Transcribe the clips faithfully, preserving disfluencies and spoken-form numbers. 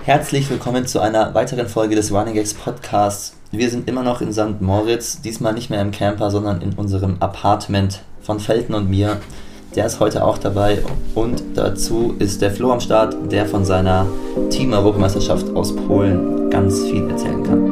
Herzlich willkommen zu einer weiteren Folge des Running Gags Podcasts. Wir sind immer noch in Sankt Moritz, diesmal nicht mehr im Camper, sondern in unserem Apartment von Felten und mir. Der ist heute auch dabei und dazu ist der Flo am Start, der von seiner Team-Europameisterschaft aus Polen ganz viel erzählen kann.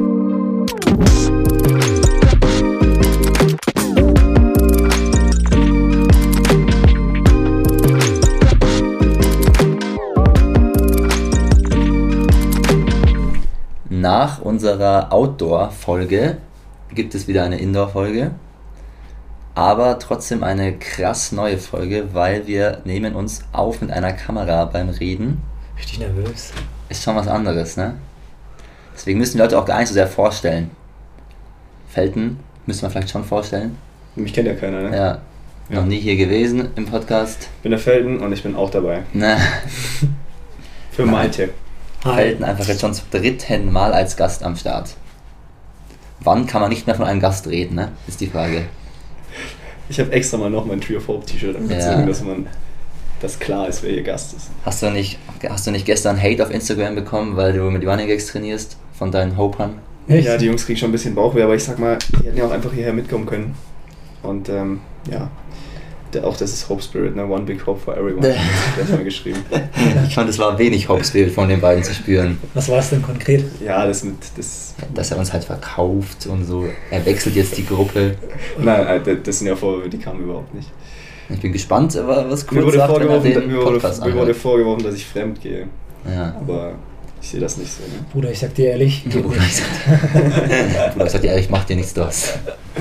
Nach unserer Outdoor-Folge gibt es wieder eine Indoor-Folge, aber trotzdem eine krass neue Folge, weil wir nehmen uns auf mit einer Kamera beim Reden. Richtig nervös. Ist schon was anderes, ne? Deswegen müssen die Leute auch gar nicht so sehr vorstellen. Felten müssen wir vielleicht schon vorstellen. Mich kennt ja keiner, ne? Ja, ja. Noch nie hier gewesen im Podcast. Ich bin der Felten und ich bin auch dabei. Ne. Für mein Tipp. Felten einfach jetzt schon zum dritten Mal als Gast am Start. Wann kann man nicht mehr von einem Gast reden, ne? Ist die Frage. Ich habe extra mal noch mein Tree of Hope T-Shirt angezogen, ja. dass man, dass klar ist, wer hier Gast ist. Hast du nicht, hast du nicht gestern Hate auf Instagram bekommen, weil du mit Running Gags trainierst von deinen Hopern? Echt? Ja, die Jungs kriegen schon ein bisschen Bauchweh, aber ich sag mal, die hätten ja auch einfach hierher mitkommen können. Und ähm, ja. Auch das ist Hope Spirit, ne? One Big Hope for Everyone. Das hat mal geschrieben. Ich fand, es war wenig Hope Spirit von den beiden zu spüren. Was war es denn konkret? Ja, das mit. Das Dass er uns halt verkauft und so. Er wechselt jetzt die Gruppe. Nein, das sind ja Vorwürfe, die kamen überhaupt nicht. Ich bin gespannt, was cool kurz sagt, wenn er den mir Podcast wurde, mir wurde vorgeworfen, dass ich fremd gehe. Ja. Aber ich sehe das nicht so. Ne? Bruder, ich sag dir ehrlich. Ja, Bruder, ich sag, Bruder, ich sag dir ehrlich, mach dir nichts draus.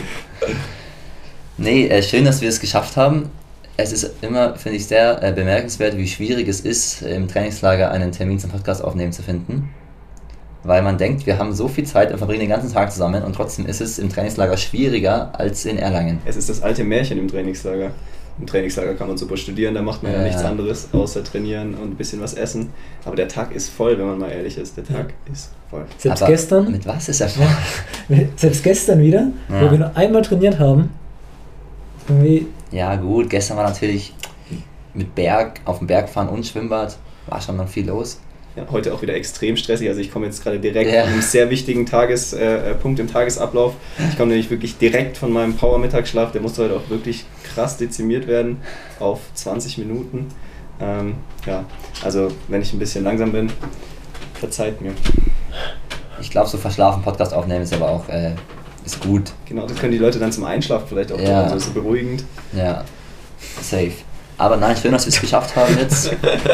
Nee, äh, schön, dass wir es geschafft haben. Es ist immer, finde ich, sehr äh, bemerkenswert, wie schwierig es ist, im Trainingslager einen Termin zum Podcast aufnehmen zu finden. Weil man denkt, wir haben so viel Zeit und verbringen den ganzen Tag zusammen und trotzdem ist es im Trainingslager schwieriger als in Erlangen. Es ist das alte Märchen im Trainingslager. Im Trainingslager kann man super studieren, da macht man ja, ja nichts anderes, außer trainieren und ein bisschen was essen. Aber der Tag ist voll, wenn man mal ehrlich ist. Der Tag ja. ist voll. Selbst Aber gestern. Mit was ist er voll? Selbst gestern wieder, ja. wo wir nur einmal trainiert haben. Irgendwie. Ja gut, gestern war natürlich mit Berg, auf dem Berg fahren und Schwimmbad, war schon noch viel los. Ja, heute auch wieder extrem stressig, also ich komme jetzt gerade direkt ja. von einem sehr wichtigen Tages, äh, Punkt im Tagesablauf. Ich komme nämlich wirklich direkt von meinem Power-Mittagsschlaf, der musste heute auch wirklich krass dezimiert werden auf zwanzig Minuten. Ähm, ja, also wenn ich ein bisschen langsam bin, verzeiht mir. Ich glaube, so verschlafen Podcast aufnehmen ist aber auch... Äh, ist gut. Genau, das können die Leute dann zum Einschlafen vielleicht auch ja. machen, also so beruhigend. Ja, safe. Aber nein, schön, dass wir es geschafft haben jetzt.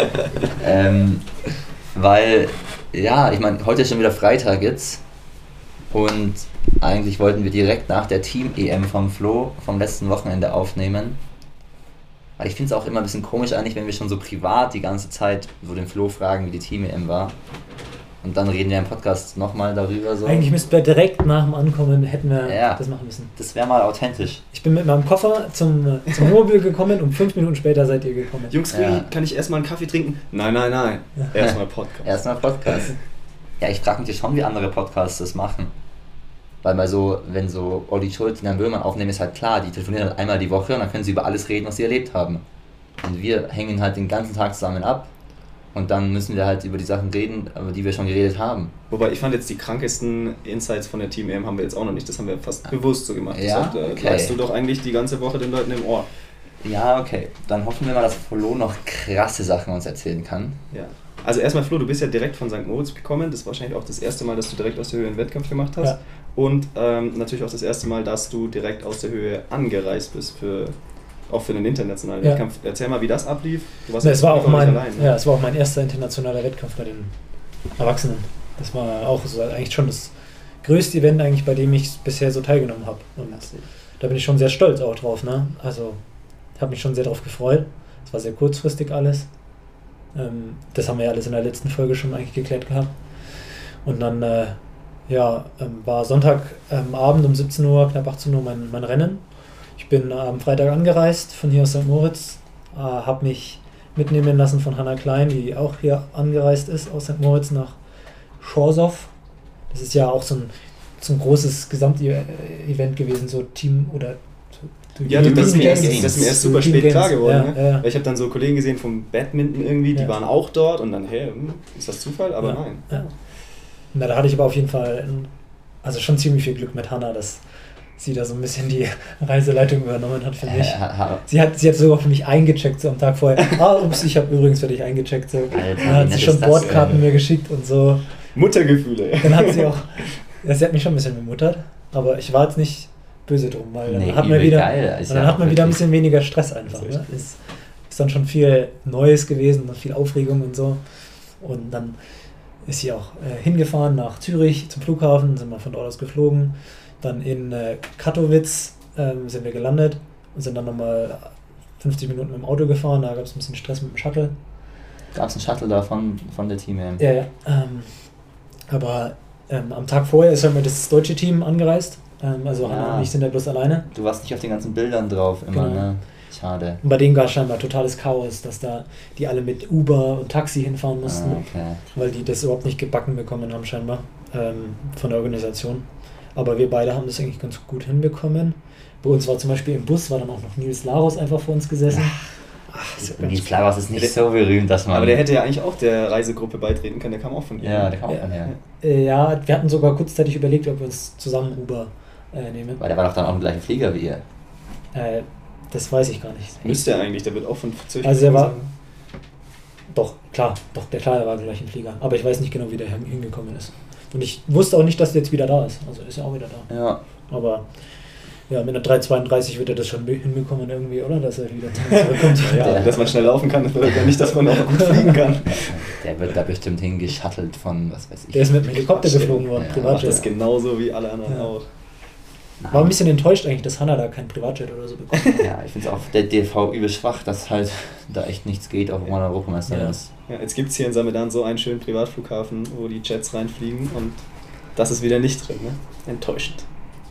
ähm, weil, ja, ich meine, heute ist schon wieder Freitag jetzt und eigentlich wollten wir direkt nach der Team-E M vom Flo vom letzten Wochenende aufnehmen. Weil ich finde es auch immer ein bisschen komisch eigentlich, wenn wir schon so privat die ganze Zeit so den Flo fragen, wie die Team-E M war. Und dann reden wir im Podcast nochmal darüber. So. Eigentlich müssten wir direkt nach dem Ankommen, hätten wir ja, das machen müssen. Das wäre mal authentisch. Ich bin mit meinem Koffer zum, zum Wohnmobil gekommen und fünf Minuten später seid ihr gekommen. Jungs, ja. kann ich erstmal einen Kaffee trinken? Nein, nein, nein. Ja. Erstmal Podcast. Erstmal Podcast. Ja, ich frage mich schon, wie andere Podcasts das machen. Weil bei so, wenn so Olli Schulz und Jan Böhmermann aufnehmen, ist halt klar, die telefonieren halt einmal die Woche und dann können sie über alles reden, was sie erlebt haben. Und wir hängen halt den ganzen Tag zusammen ab. Und dann müssen wir halt über die Sachen reden, über die wir schon geredet haben. Wobei, ich fand jetzt die krankesten Insights von der Team-E M haben wir jetzt auch noch nicht. Das haben wir fast bewusst so gemacht. Ja, das heißt, okay. Bleibst du doch eigentlich die ganze Woche den Leuten im Ohr. Ja, okay. Dann hoffen wir mal, dass Flo noch krasse Sachen uns erzählen kann. Ja. Also erstmal Flo, du bist ja direkt von Sankt Moritz gekommen. Das ist wahrscheinlich auch das erste Mal, dass du direkt aus der Höhe einen Wettkampf gemacht hast. Ja. Und ähm, natürlich auch das erste Mal, dass du direkt aus der Höhe angereist bist für... Auch für den internationalen ja. Wettkampf. Erzähl mal, wie das ablief. Du warst ja, es war auch mein, allein, ne? ja, es war auch mein erster internationaler Wettkampf bei den Erwachsenen. Das war auch so eigentlich schon das größte Event, eigentlich, bei dem ich bisher so teilgenommen habe. Und da bin ich schon sehr stolz auch drauf. Ne? Also, ich habe mich schon sehr drauf gefreut. Es war sehr kurzfristig alles. Ähm, das haben wir ja alles in der letzten Folge schon eigentlich geklärt gehabt. Und dann äh, ja, ähm, war Sonntagabend ähm, um siebzehn Uhr, knapp achtzehn Uhr mein, mein Rennen. Ich bin am Freitag angereist, von hier aus Sankt Moritz, äh, habe mich mitnehmen lassen von Hannah Klein, die auch hier angereist ist, aus Sankt Moritz nach Chorzow. Das ist ja auch so ein, so ein großes Gesamtevent gewesen, so Team oder Du, Ja, du, das, ist mir erst, Games. das ist mir erst Du super Team spät Games. klar geworden. Ja, ne? ja, ja. Weil ich habe dann so Kollegen gesehen vom Badminton irgendwie, die Ja. waren auch dort und dann, hey, hm, ist das Zufall? Aber Ja. nein. Ja. Na, da hatte ich aber auf jeden Fall, ein, also schon ziemlich viel Glück mit Hannah, dass sie da so ein bisschen die Reiseleitung übernommen hat für mich. Äh, ha- ha- Sie hat, sie hat sogar für mich eingecheckt, so am Tag vorher. Ah, ups, ich habe übrigens für dich eingecheckt. So. Alter, Dann wie hat nett sie schon ist das Bordkarten denn? mir geschickt und so. Muttergefühle. Dann hat sie auch, ja, sie hat mich schon ein bisschen bemuttert, aber ich war jetzt nicht böse drum, weil dann Nee, hat man übel wieder, geil. Ist und dann ja hat man auch wieder ein wirklich- bisschen weniger Stress einfach. Das ist Ne? echt Ist, ist dann schon viel Neues gewesen und viel Aufregung und so. Und dann ist sie auch äh, hingefahren nach Zürich zum Flughafen, sind wir von dort aus geflogen. Dann in äh, Katowice ähm, sind wir gelandet und sind dann nochmal fünfzig Minuten mit dem Auto gefahren. Da gab es ein bisschen Stress mit dem Shuttle. Gab es einen Shuttle da von, von der Team? Ja. Ja, ja. Ähm, aber ähm, am Tag vorher ist halt mal das deutsche Team angereist. Ähm, also Ja. Hannah und ich sind ja bloß alleine. Du warst nicht auf den ganzen Bildern drauf immer, Genau. ne? Schade. Und bei denen war es scheinbar totales Chaos, dass da die alle mit Uber und Taxi hinfahren mussten, Ah, okay. weil die das überhaupt nicht gebacken bekommen haben scheinbar ähm, von der Organisation. Aber wir beide haben das eigentlich ganz gut hinbekommen. Bei uns war zum Beispiel im Bus, war dann auch noch Nils Laros einfach vor uns gesessen. Ach, ist ja ganz Nils Laros ist nicht so berühmt, dass man... Aber der hätte ja eigentlich auch der Reisegruppe beitreten können, der kam auch von hier. Ja, der kam auch Ja. von her. Äh, ja, wir hatten sogar kurzzeitig überlegt, ob wir uns zusammen Uber äh, nehmen. Weil der war doch dann auch im gleichen Flieger wie ihr. Äh, das weiß ich gar nicht. Müsste er eigentlich, der wird auch von Zürich. Also er war- sein. Doch, klar, doch, der klar, der war gleich im Flieger. Aber ich weiß nicht genau, wie der hin- hingekommen ist. Und ich wusste auch nicht, dass der jetzt wieder da ist. Also ist er auch wieder da. Ja. Aber ja, mit einer drei zweiunddreißig wird er das schon hinbekommen irgendwie, oder? Dass er wieder zurückkommt. Ja, Der- dass man schnell laufen kann, das bedeutet ja nicht, dass man auch gut fliegen kann. Der wird da bestimmt hingeschattelt von, was weiß ich. Der ist mit dem Helikopter geflogen worden, Ja, Der macht Privatjet. das genauso wie alle anderen Ja. auch. Nein. War ein bisschen enttäuscht eigentlich, dass Hannah da kein Privatjet oder so bekommen hat. Ja, ich finde es auch der D V übel schwach, dass halt da echt nichts geht, auch wenn man Europameister Ja. ist. Ja, jetzt gibt es hier in Samedan so einen schönen Privatflughafen, wo die Jets reinfliegen und das ist wieder nicht drin. Ne? Enttäuschend.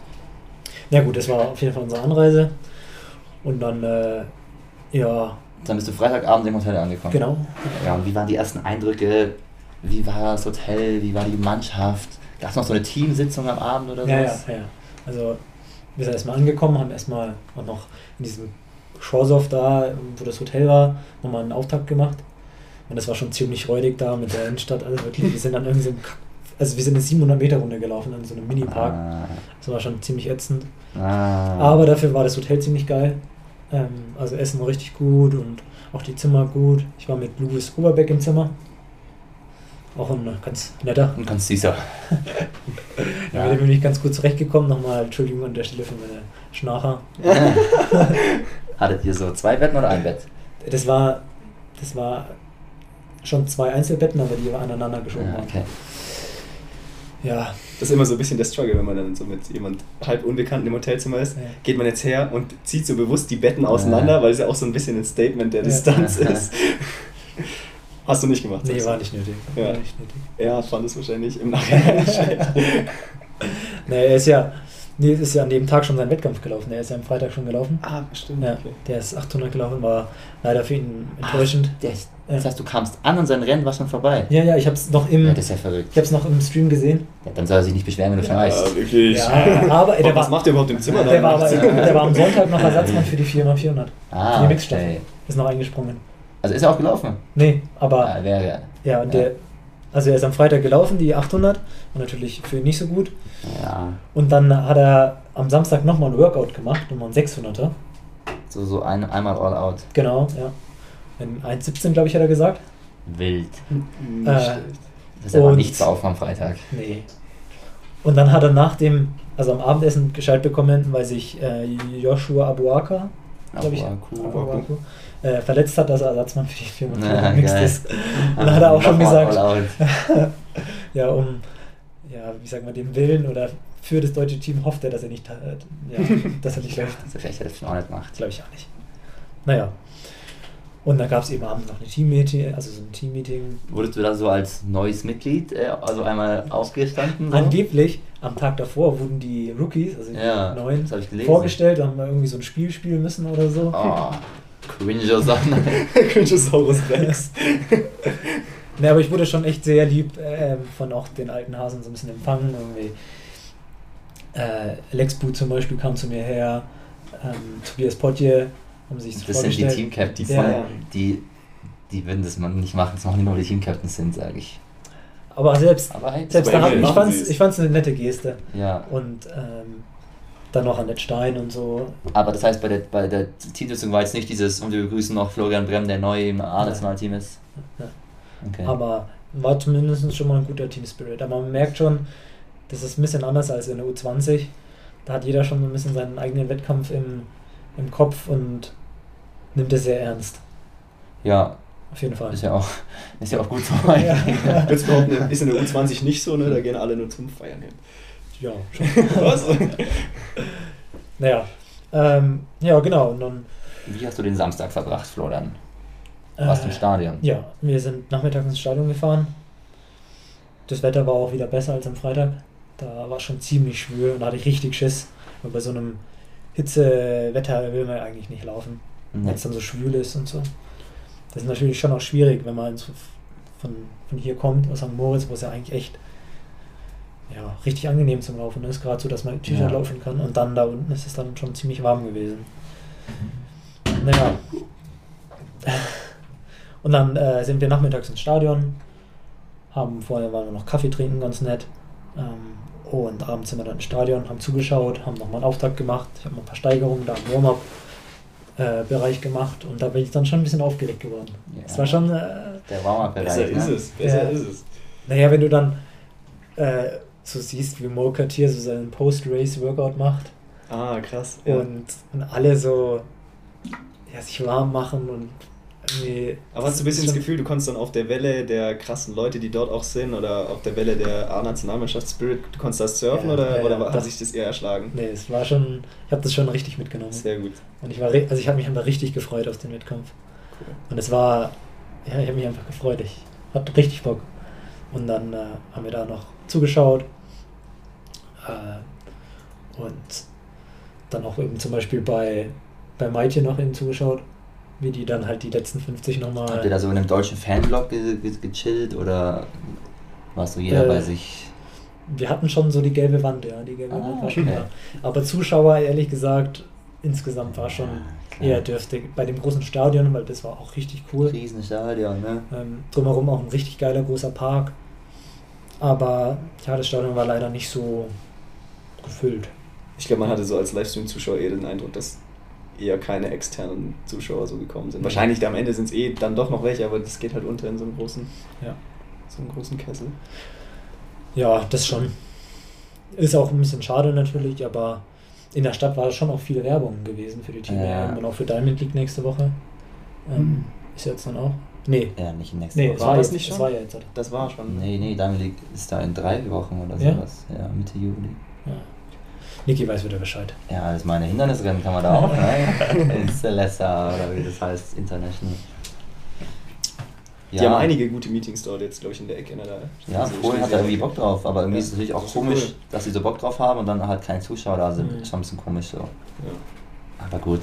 Ja gut, das war auf jeden Fall unsere Anreise. Und dann, äh, ja, Dann bist du Freitagabend im Hotel angekommen. genau. Ja, und wie waren die ersten Eindrücke? Wie war das Hotel? Wie war die Mannschaft? Gab es noch so eine Teamsitzung am Abend oder Ja, ja, sowas? ja. Also wir sind erstmal angekommen, haben erstmal auch noch in diesem Schorsow da, wo das Hotel war, nochmal einen Auftakt gemacht. Und das war schon ziemlich räudig da mit der Innenstadt. Also wirklich, wir sind dann irgendwie so, also wir sind eine siebenhundert Meter Runde gelaufen in so einem Mini-Park. Ah, Das war schon ziemlich ätzend. ah. Aber dafür war das Hotel ziemlich geil. Ähm, also Essen war richtig gut und auch die Zimmer gut. Ich war mit Louis Oberbeck im Zimmer. Auch ein ganz netter. Und ganz süßer. Da ja. bin ich ganz gut zurechtgekommen. Nochmal Entschuldigung an der Stelle für meine Schnarcher. Hattet ihr so zwei Betten oder ein Bett? Das war, das war schon zwei Einzelbetten, aber die aneinander geschoben Ja, waren. okay. Ja, Das ist immer so ein bisschen der Struggle, wenn man dann so mit jemand halb Unbekannten im Hotelzimmer ist. Ja. Geht man jetzt her und zieht so bewusst die Betten auseinander, Ja. weil es ja auch so ein bisschen ein Statement der Ja. Distanz Ja. ist. Hast du nicht gemacht? nee, sagst du? war nicht nötig. Ja. War nicht nötig. Er fand es wahrscheinlich im Nachhinein schlecht. Nee, er ist ja, nee, ist ja an dem Tag schon seinen Wettkampf gelaufen. Er ist ja am Freitag schon gelaufen. Ah, bestimmt. Ja, Okay. der ist achthundert gelaufen, war leider für ihn enttäuschend. Der ist, das heißt, du kamst an und sein Rennen war schon vorbei. Ja, ja, ich hab's noch im, Ja, das ist ja verrückt. ich hab's noch im Stream gesehen. Ja, dann soll er sich nicht beschweren, wenn du Ja, schmeißt. Ja, wirklich. Ja, aber Und der was war, macht er überhaupt im Zimmer? der war, aber, nachts? der war am Sonntag noch Ersatzmann für die vier mal vierhundert. Ah, für die Mixstaffel. okay. Ist noch eingesprungen. Also ist er auch gelaufen? Nee, aber Ja, wäre ja, und ja. der, also er ist am Freitag gelaufen, die achthundert, und natürlich für ihn nicht so gut. ja. Und dann hat er am Samstag nochmal ein Workout gemacht, nochmal ein sechshunderter. So, so ein, einmal all out. Genau, ja. In eins siebzehn, glaube ich, hat er gesagt. Wild. Nicht Äh, schlecht. Das ist aber Und- nichts auf am Freitag. Nee. Und dann hat er nach dem, also am Abendessen Bescheid bekommen, weil sich äh, Joshua Abuaka, glaube ich, Aber cool. Abuaku, äh, verletzt hat, dass er Ersatzmann für die Firma Ja, Mixed geil. ist. Und dann hat er auch schon Nochmal gesagt, all out. ja, um, ja, wie sagen wir, dem Willen oder für das deutsche Team hofft er, dass er nicht, äh, ja, dass er nicht läuft. Also vielleicht hätte er das schon auch nicht gemacht. Glaube ich auch nicht. Naja. Und dann gab es eben abends noch eine Team-Meeting, also so ein Team-Meeting. Wurdest du da so als neues Mitglied, äh, also einmal aufgestanden? So? Angeblich, am Tag davor wurden die Rookies, also die Ja, neuen, das habe ich gelesen. vorgestellt, da haben wir irgendwie so ein Spiel spielen müssen oder so. Oh, cringe Sachen. Cringeosaurus Rex. Ne, aber ich wurde schon echt sehr lieb äh, von auch den alten Hasen so ein bisschen empfangen. Irgendwie. Äh, Lexbu zum Beispiel kam zu mir her, ähm, Tobias Potje haben sich so Das sind die vorgestellt. Team-Captains, Die Ja. feiern. die, die würden das mal nicht machen, das machen die nur, die Team-Captains sind, sage ich. Aber selbst, Aber hey, selbst aber da hab, immerhin ich machen fand's, sie's. ich fand's eine nette Geste. ja. Und ähm, dann noch Annette Stein und so. Aber das heißt, bei der, bei der Teamsitzung war jetzt nicht dieses, und wir begrüßen noch Florian Bremm, der neu im A-Nationalteam ist. Ja. Okay. Aber war zumindest schon mal ein guter Team-Spirit. Aber man merkt schon, das ist ein bisschen anders als in der U zwanzig. Da hat jeder schon so ein bisschen seinen eigenen Wettkampf im, im Kopf und nimmt es sehr ernst. Ja, Auf jeden Fall. ist ja auch, ist ja auch gut so. Ja. Ich würde behaupten, ist in der U zwanzig nicht so, ne? Da gehen alle nur zum Feiern hin. Ja, schon. Was? Naja. Ähm, ja, genau. Und dann, Wie hast du den Samstag verbracht, Florian? Warst du im äh, Stadion? Ja, wir sind nachmittags ins Stadion gefahren. Das Wetter war auch wieder besser als am Freitag. Da war schon ziemlich schwül und da hatte ich richtig Schiss. Weil bei so einem Hitzewetter will man ja eigentlich nicht laufen, Nee. wenn es dann so schwül ist und so. Das ist natürlich schon auch schwierig, wenn man so von, von hier kommt, aus Sankt Moritz, wo es ja eigentlich echt ja, richtig angenehm zum Laufen ist. Gerade so, dass man T-Shirt Ja. laufen kann. Und dann da unten ist es dann schon ziemlich warm gewesen. Naja. Und dann äh, sind wir nachmittags ins Stadion, haben vorher waren wir noch Kaffee trinken, ganz nett. Ähm, und abends sind wir dann ins Stadion, haben zugeschaut, haben nochmal einen Auftakt gemacht. Ich habe mal ein paar Steigerungen da im Warm-Up-Bereich gemacht und da bin ich dann schon ein bisschen aufgeregt geworden. Ja. Es war schon, äh, Der Warm-Up-Bereich. Besser ist ne? es, besser Ja. ist es. naja, wenn du dann äh, so siehst, wie Mo Katir so seinen Post-Race-Workout macht Ah, krass. Ja. und, und alle so ja, sich warm machen und irgendwie. Aber hast du ein bisschen schon- das Gefühl, du konntest dann auf der Welle der krassen Leute, die dort auch sind, oder auf der Welle der A-Nationalmannschaft-Spirit, du konntest das surfen Ja, oder, ja, oder ja, hat doch. sich das eher erschlagen? Nee, es war schon, ich habe das schon richtig mitgenommen. Sehr gut. Und ich war, ri- also ich habe mich einfach richtig gefreut auf den Wettkampf. Cool. Und es war, ja, ich habe mich einfach gefreut. Ich hatte richtig Bock. Und dann äh, haben wir da noch zugeschaut. Äh, und dann auch eben zum Beispiel bei, bei Maitje noch eben zugeschaut, wie die dann halt die letzten fünfzig nochmal. Habt ihr da so in einem deutschen Fanblog ge ge gechillt oder warst du jeder Äh, bei sich? Wir hatten schon so die gelbe Wand, ja, die gelbe Ah, Wand war schon okay. da. Aber Zuschauer, ehrlich gesagt, insgesamt war schon Ja, klar. eher dürftig. Bei dem großen Stadion, weil das war auch richtig cool. Riesenstadion, ne? Ähm, drumherum auch ein richtig geiler großer Park. Aber ja, das Stadion war leider nicht so gefüllt. Ich glaube, man hatte so als Livestream-Zuschauer eher den Eindruck, dass eher keine externen Zuschauer so gekommen sind. Wahrscheinlich da am Ende sind es eh dann doch noch welche, aber das geht halt unter in so einem großen, Ja. so einem großen Kessel. Ja, das schon. Ist auch ein bisschen schade natürlich, aber in der Stadt war schon auch viel Werbung gewesen für die Team Ja. und auch für Diamond League nächste Woche. Ähm, Mhm. Ist jetzt dann auch? Nee, Ja, nicht in nächster nee, Woche. es War war, das jetzt, nicht es schon? war ja jetzt. oder? Das war schon. Nee, nee, Diamond League ist da in drei Wochen oder Ja? sowas. Ja, Mitte Juli. Ja. Niki weiß wieder Bescheid. Ja, das meine Hindernisrennen kann man da auch, ne? In Celesta oder wie das heißt, International. Die haben einige gute Meetings dort jetzt, glaube ich, in der Ecke. Ne? Da Ja, so Polen hat da irgendwie Bock drauf, aber irgendwie Ja, ist es natürlich auch das ist komisch, cool. dass sie so Bock drauf haben und dann halt keine Zuschauer da sind. Mhm. Ist schon ein bisschen komisch so. Ja. Aber gut.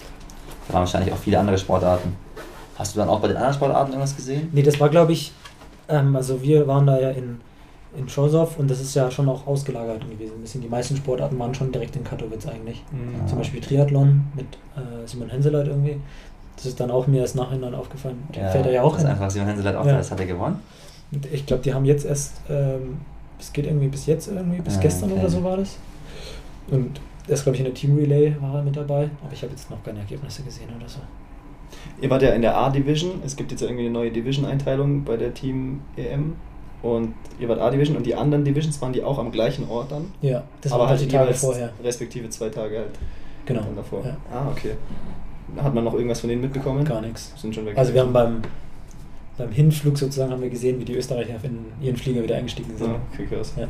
Da waren wahrscheinlich auch viele andere Sportarten. Hast du dann auch bei den anderen Sportarten irgendwas gesehen? Nee, das war glaube ich, ähm, also wir waren da ja in, in Chorzów und das ist ja schon auch ausgelagert gewesen. Das sind die meisten Sportarten waren schon direkt in Katowice eigentlich. Mhm. Zum Beispiel Triathlon mit äh, Simon Henseleit irgendwie. Das ist dann auch mir erst nachhinein aufgefallen. Der fährt er ja auch das ist hin. einfach Simon Henseleit auch, Ja. das hat er gewonnen. Und ich glaube, die haben jetzt erst, ähm, es geht irgendwie bis jetzt irgendwie, bis Ah, gestern okay. oder so war das. Und er ist, glaube ich, in der Team Relay war er mit dabei, aber ich habe jetzt noch keine Ergebnisse gesehen oder so. Ihr wart ja in der A-Division. Es gibt jetzt irgendwie eine neue Division-Einteilung bei der Team-E M. Und ihr wart A-Division und die anderen Divisions waren die auch am gleichen Ort dann? Ja, das aber war halt halt die Tage jeweils vorher. respektive zwei Tage halt Genau. dann davor. Ja. Ah, okay. Hat man noch irgendwas von denen mitbekommen? Gar nichts. Sind schon weg. Also wir haben beim, beim Hinflug sozusagen haben wir gesehen, wie die Österreicher in ihren Flieger wieder eingestiegen sind. Ja, okay, krass. Ja. Ja.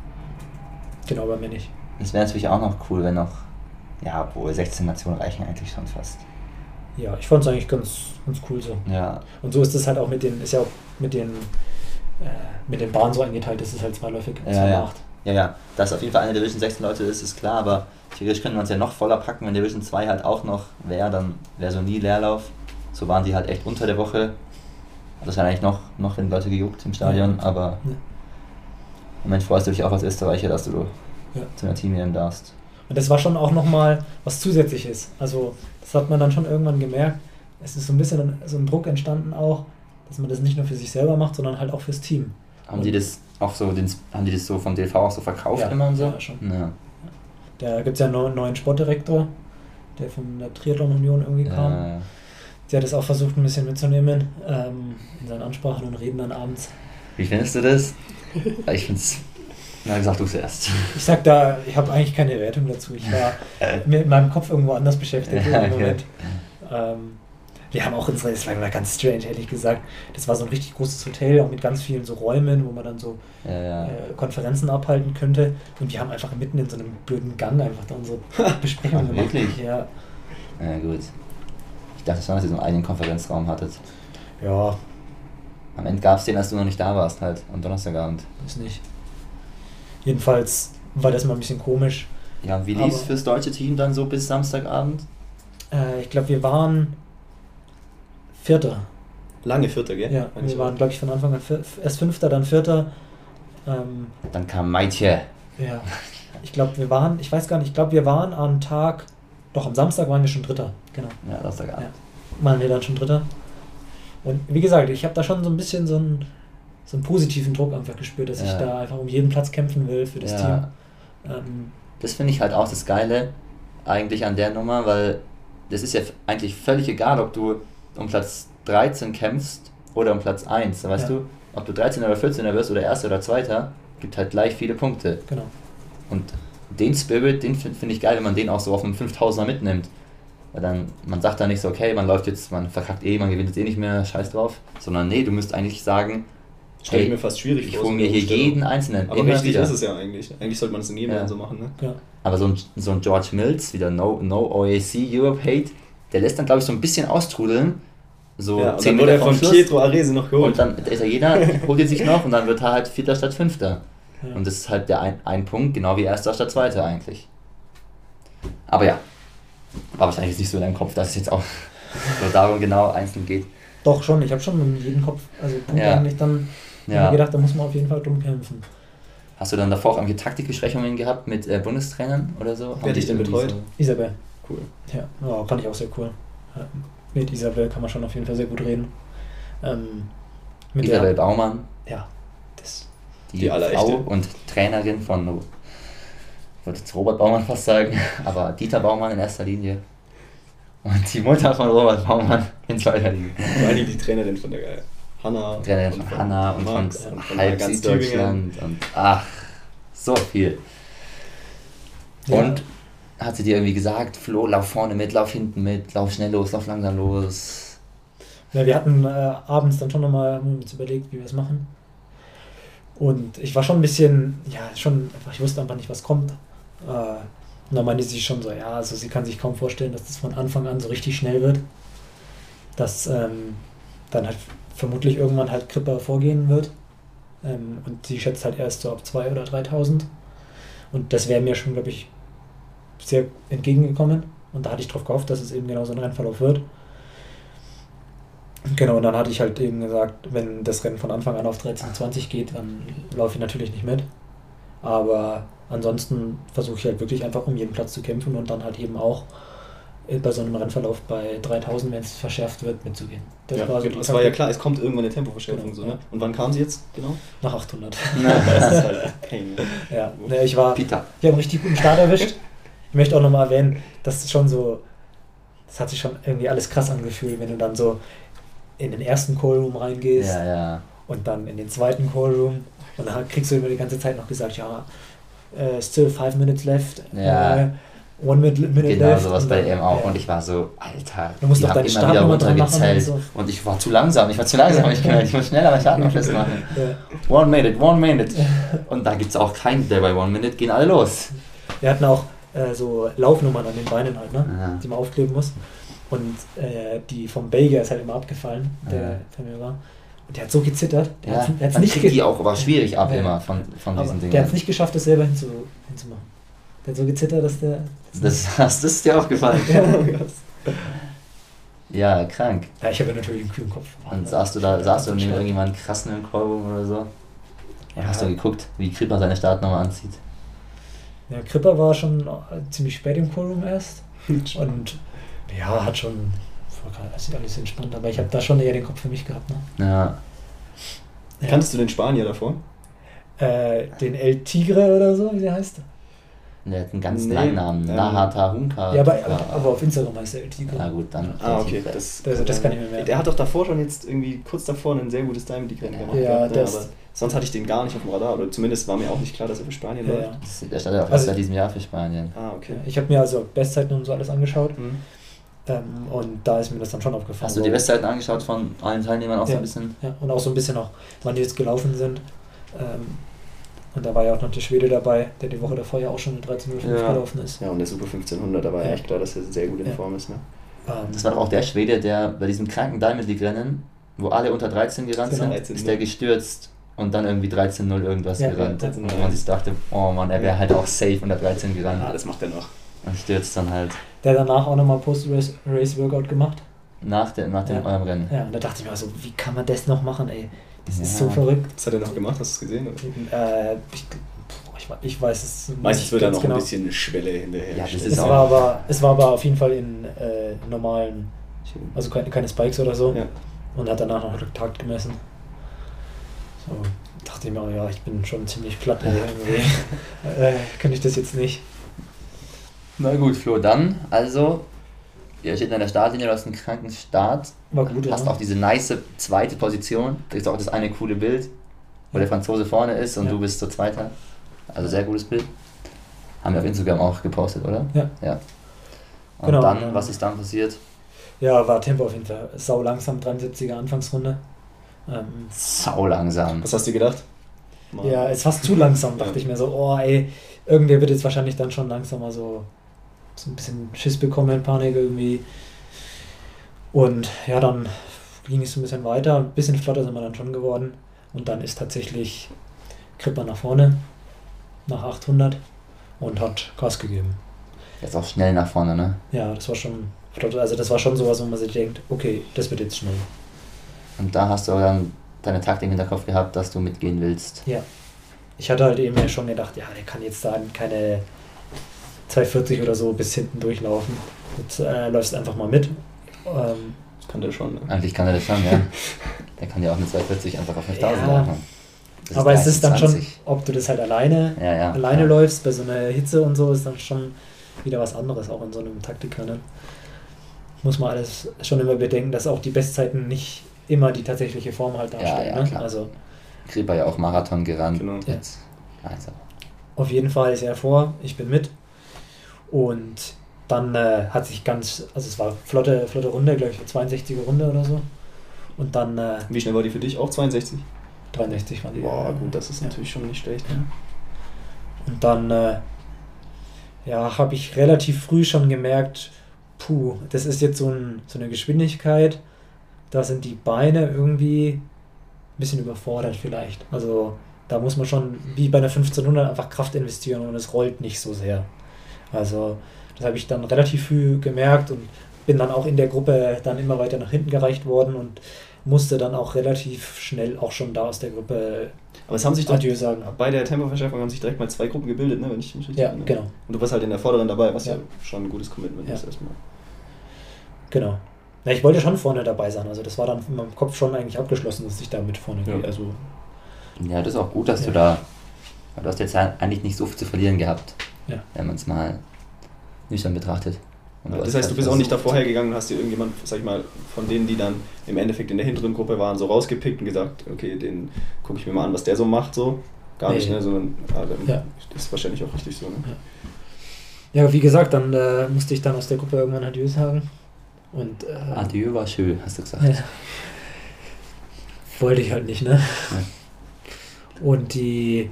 Genau, bei mir nicht. Das wäre natürlich auch noch cool, wenn noch, ja, obwohl sechzehn Nationen reichen eigentlich schon fast. Ja, ich fand es eigentlich ganz, ganz cool so. Ja, Und so ist es halt auch mit den, ist ja auch mit den, äh, mit den Bahnen so eingeteilt, dass es halt zweiläufig Ja, zwei ja. macht. ja, ja. Dass auf jeden Fall eine Division sechzehn Leute ist, ist klar, aber theoretisch könnten wir uns ja noch voller packen, wenn Division zwei halt auch noch wäre, dann wäre so nie Leerlauf. So waren die halt echt unter der Woche. Das hat eigentlich noch, noch wenn Leute gejuckt im Stadion, Ja. aber Ja. im Moment freust du dich auch als Österreicher, dass du Ja. zu einer Team-E M darfst. Und das war schon auch nochmal was Zusätzliches. Also das hat man dann schon irgendwann gemerkt. Es ist so ein bisschen so ein Druck entstanden auch, dass man das nicht nur für sich selber macht, sondern halt auch fürs Team. Haben die das auch so, den, haben die das so vom D L V auch so verkauft Ja, immer und so? ja, schon. Ja. Da gibt es ja einen neuen Sportdirektor, der von der Triathlon Union irgendwie kam. Ja. Der hat es auch versucht ein bisschen mitzunehmen ähm, in seinen Ansprachen und Reden dann abends. Wie findest du das? Ich find's. Na, sag du zuerst. Ich sag da, ich habe eigentlich keine Wertung dazu. Ich war mit meinem Kopf irgendwo anders beschäftigt Ja, im okay. Moment. Ähm, wir haben auch unsere, das war immer ganz strange, ehrlich gesagt. Das war so ein richtig großes Hotel, auch mit ganz vielen so Räumen, wo man dann so Ja, ja. äh, Konferenzen abhalten könnte. Und wir haben einfach mitten in so einem blöden Gang einfach da unsere Besprechung Ach, gemacht. wirklich? Ja. Ja, gut. Ich dachte schon, dass ihr so einen eigenen Konferenzraum hattet. Ja, Am Ende gab es den, als du noch nicht da warst, halt, am Donnerstagabend. ist nicht. Jedenfalls war das mal ein bisschen komisch. Ja, wie lief es Aber- fürs deutsche Team dann so bis Samstagabend? Äh, ich glaube, wir waren Vierter. Lange Vierter, gell? Ja, wir waren, glaube ich, von Anfang an vier, erst Fünfter, dann Vierter. Ähm, Dann kam Maitje. ja, ich glaube, wir waren, ich weiß gar nicht, ich glaube, wir waren am Tag, doch am Samstag waren wir schon Dritter, genau. Ja, Donnerstagabend. Ja. Waren wir dann schon Dritter. Und wie gesagt, ich habe da schon so ein bisschen so einen, so einen positiven Druck einfach gespürt, dass Ja. ich da einfach um jeden Platz kämpfen will für das Ja. Team. Ähm, Das finde ich halt auch das Geile eigentlich an der Nummer, weil das ist ja f- eigentlich völlig egal, ob du um Platz dreizehn kämpfst oder um Platz eins. Weißt Ja. du, ob du dreizehn oder vierzehn wirst oder Erster oder Zweiter, gibt halt gleich viele Punkte. genau. Und den Spirit, den finde find ich geil, wenn man den auch so auf einem fünftausender mitnimmt. Weil dann, man sagt dann nicht so, okay, man läuft jetzt, man verkackt eh, man gewinnt jetzt eh nicht mehr, scheiß drauf. Sondern nee, du musst eigentlich sagen, Stelle ich hey, mir fast schwierig ich vor. hole so mir eine hier Umstellung. jeden Einzelnen, Aber immer richtig wieder. ist es ja eigentlich. Eigentlich sollte man es in jedem Ja. Rennen so machen, ne? Ja. Aber so ein, so ein George Mills, wieder No, no O A C Europe Hate, der lässt dann, glaube ich, so ein bisschen austrudeln. So Ja, und zehn dann wurde er Meter von vom Schluss. Pietro Arese noch geholt. Und dann ist er jeder, holt er sich noch und dann wird er halt Vierter statt Fünfter. Ja. Und das ist halt der ein, ein Punkt, genau wie Erster statt Zweiter eigentlich. Aber ja, war wahrscheinlich jetzt nicht so in deinem Kopf, dass es jetzt auch so darum genau einzeln geht. Doch schon, ich habe schon in jedem Kopf, also Punkte Ja. eigentlich dann Ja. mir gedacht, da muss man auf jeden Fall drum kämpfen. Hast du dann davor auch irgendwelche Taktikbesprechungen gehabt mit äh, Bundestrainern oder so? Haben Wer hat dich die denn irgendwie betreut? So, Isabel, Cool. ja, ja, fand ich auch sehr cool. Ja, mit Isabel kann man schon auf jeden Fall sehr gut reden. Ähm, mit Isabel der, Baumann, ja, das, die, Die allerechte. Frau und Trainerin von, ich wollte jetzt Robert Baumann fast sagen, aber Dieter Baumann in erster Linie. Und die Mutter von Robert Baumann in zweiter Linie. Vor allem die Trainerin von der Hanna. Trainerin und von Hanna und von, Max und von halb ganz Tübingen. Süddeutschland und ach, so viel. Ja. Und hat sie dir irgendwie gesagt, Flo, lauf vorne mit, lauf hinten mit, lauf schnell los, lauf langsam los. ja, wir hatten äh, abends dann schon nochmal haben wir uns überlegt, wie wir es machen. Und ich war schon ein bisschen, ja, schon einfach, ich wusste einfach nicht, was kommt. Äh, und dann meinte sie schon so, ja, also sie kann sich kaum vorstellen, dass das von Anfang an so richtig schnell wird. Dass ähm, dann halt vermutlich irgendwann halt Kripper vorgehen wird. Ähm, und sie schätzt halt erst so ab zweitausend oder dreitausend. Und das wäre mir schon, glaube ich, sehr entgegengekommen. Und da hatte ich drauf gehofft, dass es eben genau so ein Rennverlauf wird. Genau, und dann hatte ich halt eben gesagt, wenn das Rennen von Anfang an auf dreizehn zwanzig geht, dann laufe ich natürlich nicht mit. Aber ansonsten versuche ich halt wirklich einfach um jeden Platz zu kämpfen und dann halt eben auch bei so einem Rennverlauf bei dreitausend, wenn es verschärft wird, mitzugehen. Das Ja, war so genau, die es war ja Taktik. klar, es kommt irgendwann eine Tempoverschärfung. Genau, So, ja. ne? Und wann kam sie jetzt genau? Nach achthundert. Das ist halt Pain. Ne? Ja, ne, ich war, Peter. ich habe einen richtig guten Start erwischt. Ich möchte auch nochmal erwähnen, das ist schon so, das hat sich schon irgendwie alles krass angefühlt, wenn du dann so in den ersten Callroom reingehst Ja, ja. und dann in den zweiten Callroom und dann kriegst du immer die ganze Zeit noch gesagt, ja, äh, still five minutes left, Ja. äh, one minute, minute Genau left. sowas und bei dann- ihm auch. ja. Und ich war so, Alter, Du musst die doch haben deine immer wieder Startnummer dran machen runtergezählt. und so. Und ich war zu langsam, ich war zu langsam, ich, kann, ich muss schneller mein Start noch festmachen. Ja. One minute, one minute. Und da gibt es auch keinen, der bei one minute gehen alle los. Wir hatten auch äh, so Laufnummern an den Beinen halt, ne? Ja. Die man aufkleben muss. Und äh, die vom Belgier ist halt immer abgefallen, der Ja. vor mir war. Und der hat so gezittert. Der Ja, hat's, der hat's man nicht kriegt ge- die auch aber schwierig ab Ja. immer von, von aber diesen der hat Dingen. es nicht geschafft, das selber hinzu, hinzumachen. Der hat so gezittert, dass der... Das, das ist dir aufgefallen. ja, Ja, krank. ja, ich habe ja natürlich einen kühlen Kopf. Und saßt du da, saßt du neben irgendjemandem krassen im Callroom oder so? Ja. Hast du geguckt, wie Kripper seine Startnummer anzieht? Ja, Kripper war schon ziemlich spät im Quorum erst. Und ja, hat schon, das ist alles entspannt, aber ich habe da schon eher den Kopf für mich gehabt. Ne? Ja. Ja. Kanntest du den Spanier davor? Äh, den El Tigre oder so, wie der heißt. Der hat einen ganz Nee, langen Namen. ähm, Nahata Hunka. Ja, aber, aber, aber auf Instagram heißt er El Tigre. Na gut, dann. Ah, okay. Das, Das- das kann ich mir merken. Der hat doch davor schon jetzt irgendwie kurz davor ein sehr gutes Diamond League Rennen gemacht. Ja, gehabt, ne? das- aber sonst hatte ich den gar nicht auf dem Radar. Oder zumindest war mir auch nicht klar, dass er für Spanien Ja, läuft. ja. Das, der stand ja auch Also- erst seit diesem Jahr für Spanien. Ah, okay. Ich habe mir also Bestzeiten und so alles angeschaut. Mhm. Ähm, und da ist mir das dann schon aufgefallen. Hast du die Bestzeiten angeschaut von allen Teilnehmern auch so Ja. ein bisschen? Ja, und auch so ein bisschen auch, wann die jetzt gelaufen sind. Ähm, und da war ja auch noch der Schwede dabei, der die Woche davor ja auch schon eine dreizehn null fünf Ja. gelaufen ist. Ja, und der Super fünfzehnhundert, da war ja Ja. echt klar, dass er sehr gut in Ja. Form ist. Ne? Ähm, Das war doch auch der Schwede, der bei diesem kranken Diamond League Rennen, wo alle unter dreizehn gerannt Genau. sind, dreizehn ist der gestürzt und dann irgendwie dreizehn null irgendwas Ja, gerannt. ja, Und dreizehn null. man sich dachte, oh Mann, er wäre halt auch safe unter dreizehn gerannt. Ah, das macht er noch. Und stürzt dann halt der hat danach auch nochmal Post-Race-Workout gemacht. nach, der, nach dem Ja. eurem Rennen. Ja, und da dachte ich mir also, wie kann man das noch machen, ey? Das ist Ja. so verrückt. Was hat er noch gemacht? Hast du es gesehen? Oder? Äh, ich, boah, ich, we- ich weiß es Meistens nicht wird da ganz noch genau. ein bisschen eine Schwelle hinterher. Ja, das gestellt. ist Es auch- war, aber, es war aber auf jeden Fall in äh, normalen, also keine, keine Spikes oder so. Ja. Und hat danach noch den Takt gemessen. So, dachte ich mir, oh ja, ich bin schon ziemlich platt, ey, irgendwie. äh, kann ich das jetzt nicht. Na gut, Flo, dann, also, ihr steht an der Startlinie, du hast einen kranken Start, War gut, hast oder? auch diese nice zweite Position, das ist auch das eine coole Bild, wo der Franzose vorne ist und Ja. du bist so Zweiter. Also sehr gutes Bild. Haben wir auf Instagram auch gepostet, oder? Ja. Ja. Und Genau, dann, und- was ist dann passiert? Ja, war Tempo auf jeden Fall. Sau langsam, dreiundsiebziger Anfangsrunde. Ähm, Sau langsam. Was hast du gedacht? Mal- ja, ist fast zu langsam, dachte Ja. ich mir so, oh ey, irgendwer wird jetzt wahrscheinlich dann schon langsam mal so, so ein bisschen Schiss bekommen, Panik irgendwie. Und ja, dann ging es so ein bisschen weiter, ein bisschen flotter sind wir dann schon geworden. Und dann ist tatsächlich Kripper nach vorne, nach achthundert und hat Gas gegeben. Jetzt auch schnell nach vorne, ne? Ja, das war schon flott. Also das war schon sowas, wo man sich denkt, okay, das wird jetzt schnell. Und da hast du auch dann deine Taktik im Hinterkopf gehabt, dass du mitgehen willst. Ja. Ich hatte halt eben ja schon gedacht, ja, der kann jetzt da keine zwei vierzig oder so bis hinten durchlaufen. Jetzt äh, läufst einfach mal mit. Ähm, Das kann der schon. Ne? Eigentlich kann er das schon, ja. Der kann ja auch mit zwei vierzig einfach auf fünftausend Ja. laufen. Das aber es ist dann schon, dreißig. ob du das halt alleine, Ja, ja. alleine ja. läufst, bei so einer Hitze und so, ist dann schon wieder was anderes, auch in so einem Taktikrennen. Muss man alles schon immer bedenken, dass auch die Bestzeiten nicht immer die tatsächliche Form halt darstellen. ja, ne? klar. Also Kripper ja auch Marathon gerannt. Genau. Jetzt. Also. auf jeden Fall ist er vor, ich bin mit. Und dann äh, hat sich ganz, also es war flotte, flotte Runde, glaube ich, zweiundsechziger Runde oder so. Und dann äh, Wie schnell war die für dich? Auch zweiundsechzig? dreiundsechzig waren die. Boah, gut, das ist Ja. natürlich schon nicht schlecht. Ne? Und dann äh, ja, habe ich relativ früh schon gemerkt, puh, das ist jetzt so, ein, so eine Geschwindigkeit, da sind die Beine irgendwie ein bisschen überfordert vielleicht. Also da muss man schon wie bei einer fünfzehnhundert einfach Kraft investieren und es rollt nicht so sehr. Also das habe ich dann relativ früh gemerkt und bin dann auch in der Gruppe dann immer weiter nach hinten gereicht worden und musste dann auch relativ schnell auch schon da aus der Gruppe Aber es haben sich doch Adieu sagen. bei der Tempoverschärfung haben sich direkt mal zwei Gruppen gebildet, ne, wenn ich mich richtig Ja, erinnere. genau. Und du warst halt in der vorderen dabei, was ja, Ja. schon ein gutes Commitment Ja. ist erstmal. Genau. Ja, ich wollte schon vorne dabei sein, also das war dann in meinem Kopf schon eigentlich abgeschlossen, dass ich da mit vorne Ja. gehe. Also, Ja, das ist auch gut, dass Ja. du da. weil Du hast jetzt ja eigentlich nicht so viel zu verlieren gehabt. Ja. Wenn man es mal nüchtern betrachtet. Und Ja, hast das heißt, du halt bist auch nicht versucht- davor hergegangen und hast dir irgendjemand, sag ich mal, von denen, die dann im Endeffekt in der hinteren Gruppe waren, so rausgepickt und gesagt, okay, den gucke ich mir mal an, was der so macht, so. Gar nicht, Nee. ne, sondern ja, dann Ja. das ist wahrscheinlich auch richtig so, ne? ja, wie gesagt, dann äh, musste ich dann aus der Gruppe irgendwann Adieu sagen. Und äh, Adieu war schön, hast du gesagt. ja. Wollte ich halt nicht, ne? Und die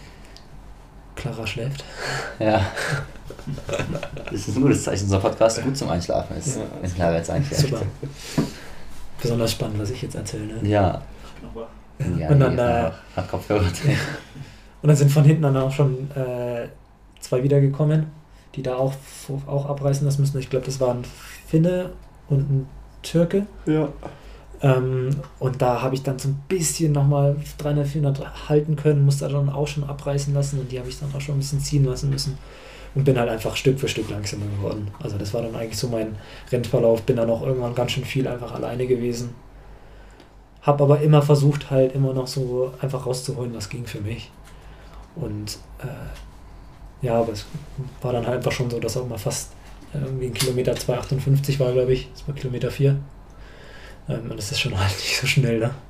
Clara schläft. Ja. Das ist ein gutes Zeichen, unser Podcast gut zum Einschlafen ist. Ja. Wenn Clara jetzt einschläft. Super. Besonders spannend, was ich jetzt erzähle. Ne? Ja. ja Und dann, nee, äh, hat Kopfhörer drin. Und dann sind von hinten dann auch schon äh, zwei wiedergekommen, die da auch, auch abreißen lassen müssen. Ich glaube, das waren Finne und ein Türke. Ja. Ähm, und da habe ich dann so ein bisschen nochmal dreihundert, vierhundert halten können, musste dann auch schon abreißen lassen und die habe ich dann auch schon ein bisschen ziehen lassen müssen und bin halt einfach Stück für Stück langsamer geworden. Also das war dann eigentlich so mein Rennverlauf, bin dann auch irgendwann ganz schön viel einfach alleine gewesen. Habe aber immer versucht halt immer noch so einfach rauszuholen, was ging für mich. Und äh, ja, aber es war dann halt einfach schon so, dass auch mal fast irgendwie ein Kilometer zwei achtundfünfzig war, glaube ich. Das war Kilometer vier. Und das ist schon halt nicht so schnell, ne?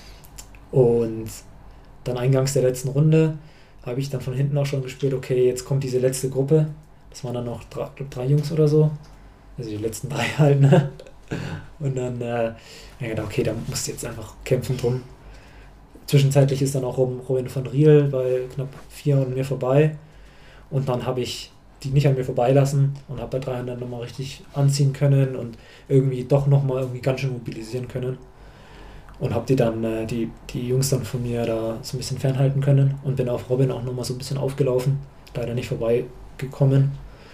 Und dann eingangs der letzten Runde habe ich dann von hinten auch schon gespürt, okay, jetzt kommt diese letzte Gruppe. Das waren dann noch drei, drei Jungs oder so. Also die letzten drei halt, ne? Und dann äh, habe ich gedacht, okay, da musst du jetzt einfach kämpfen drum. Zwischenzeitlich ist dann auch Robin von Riel bei knapp vier an mir vorbei. Und dann habe ich die nicht an mir vorbeilassen und habe bei dreihundert nochmal richtig anziehen können und irgendwie doch nochmal irgendwie ganz schön mobilisieren können. Und habe die dann, äh, die, die Jungs dann von mir da so ein bisschen fernhalten können und bin auf Robin auch nochmal so ein bisschen aufgelaufen, leider nicht vorbeigekommen.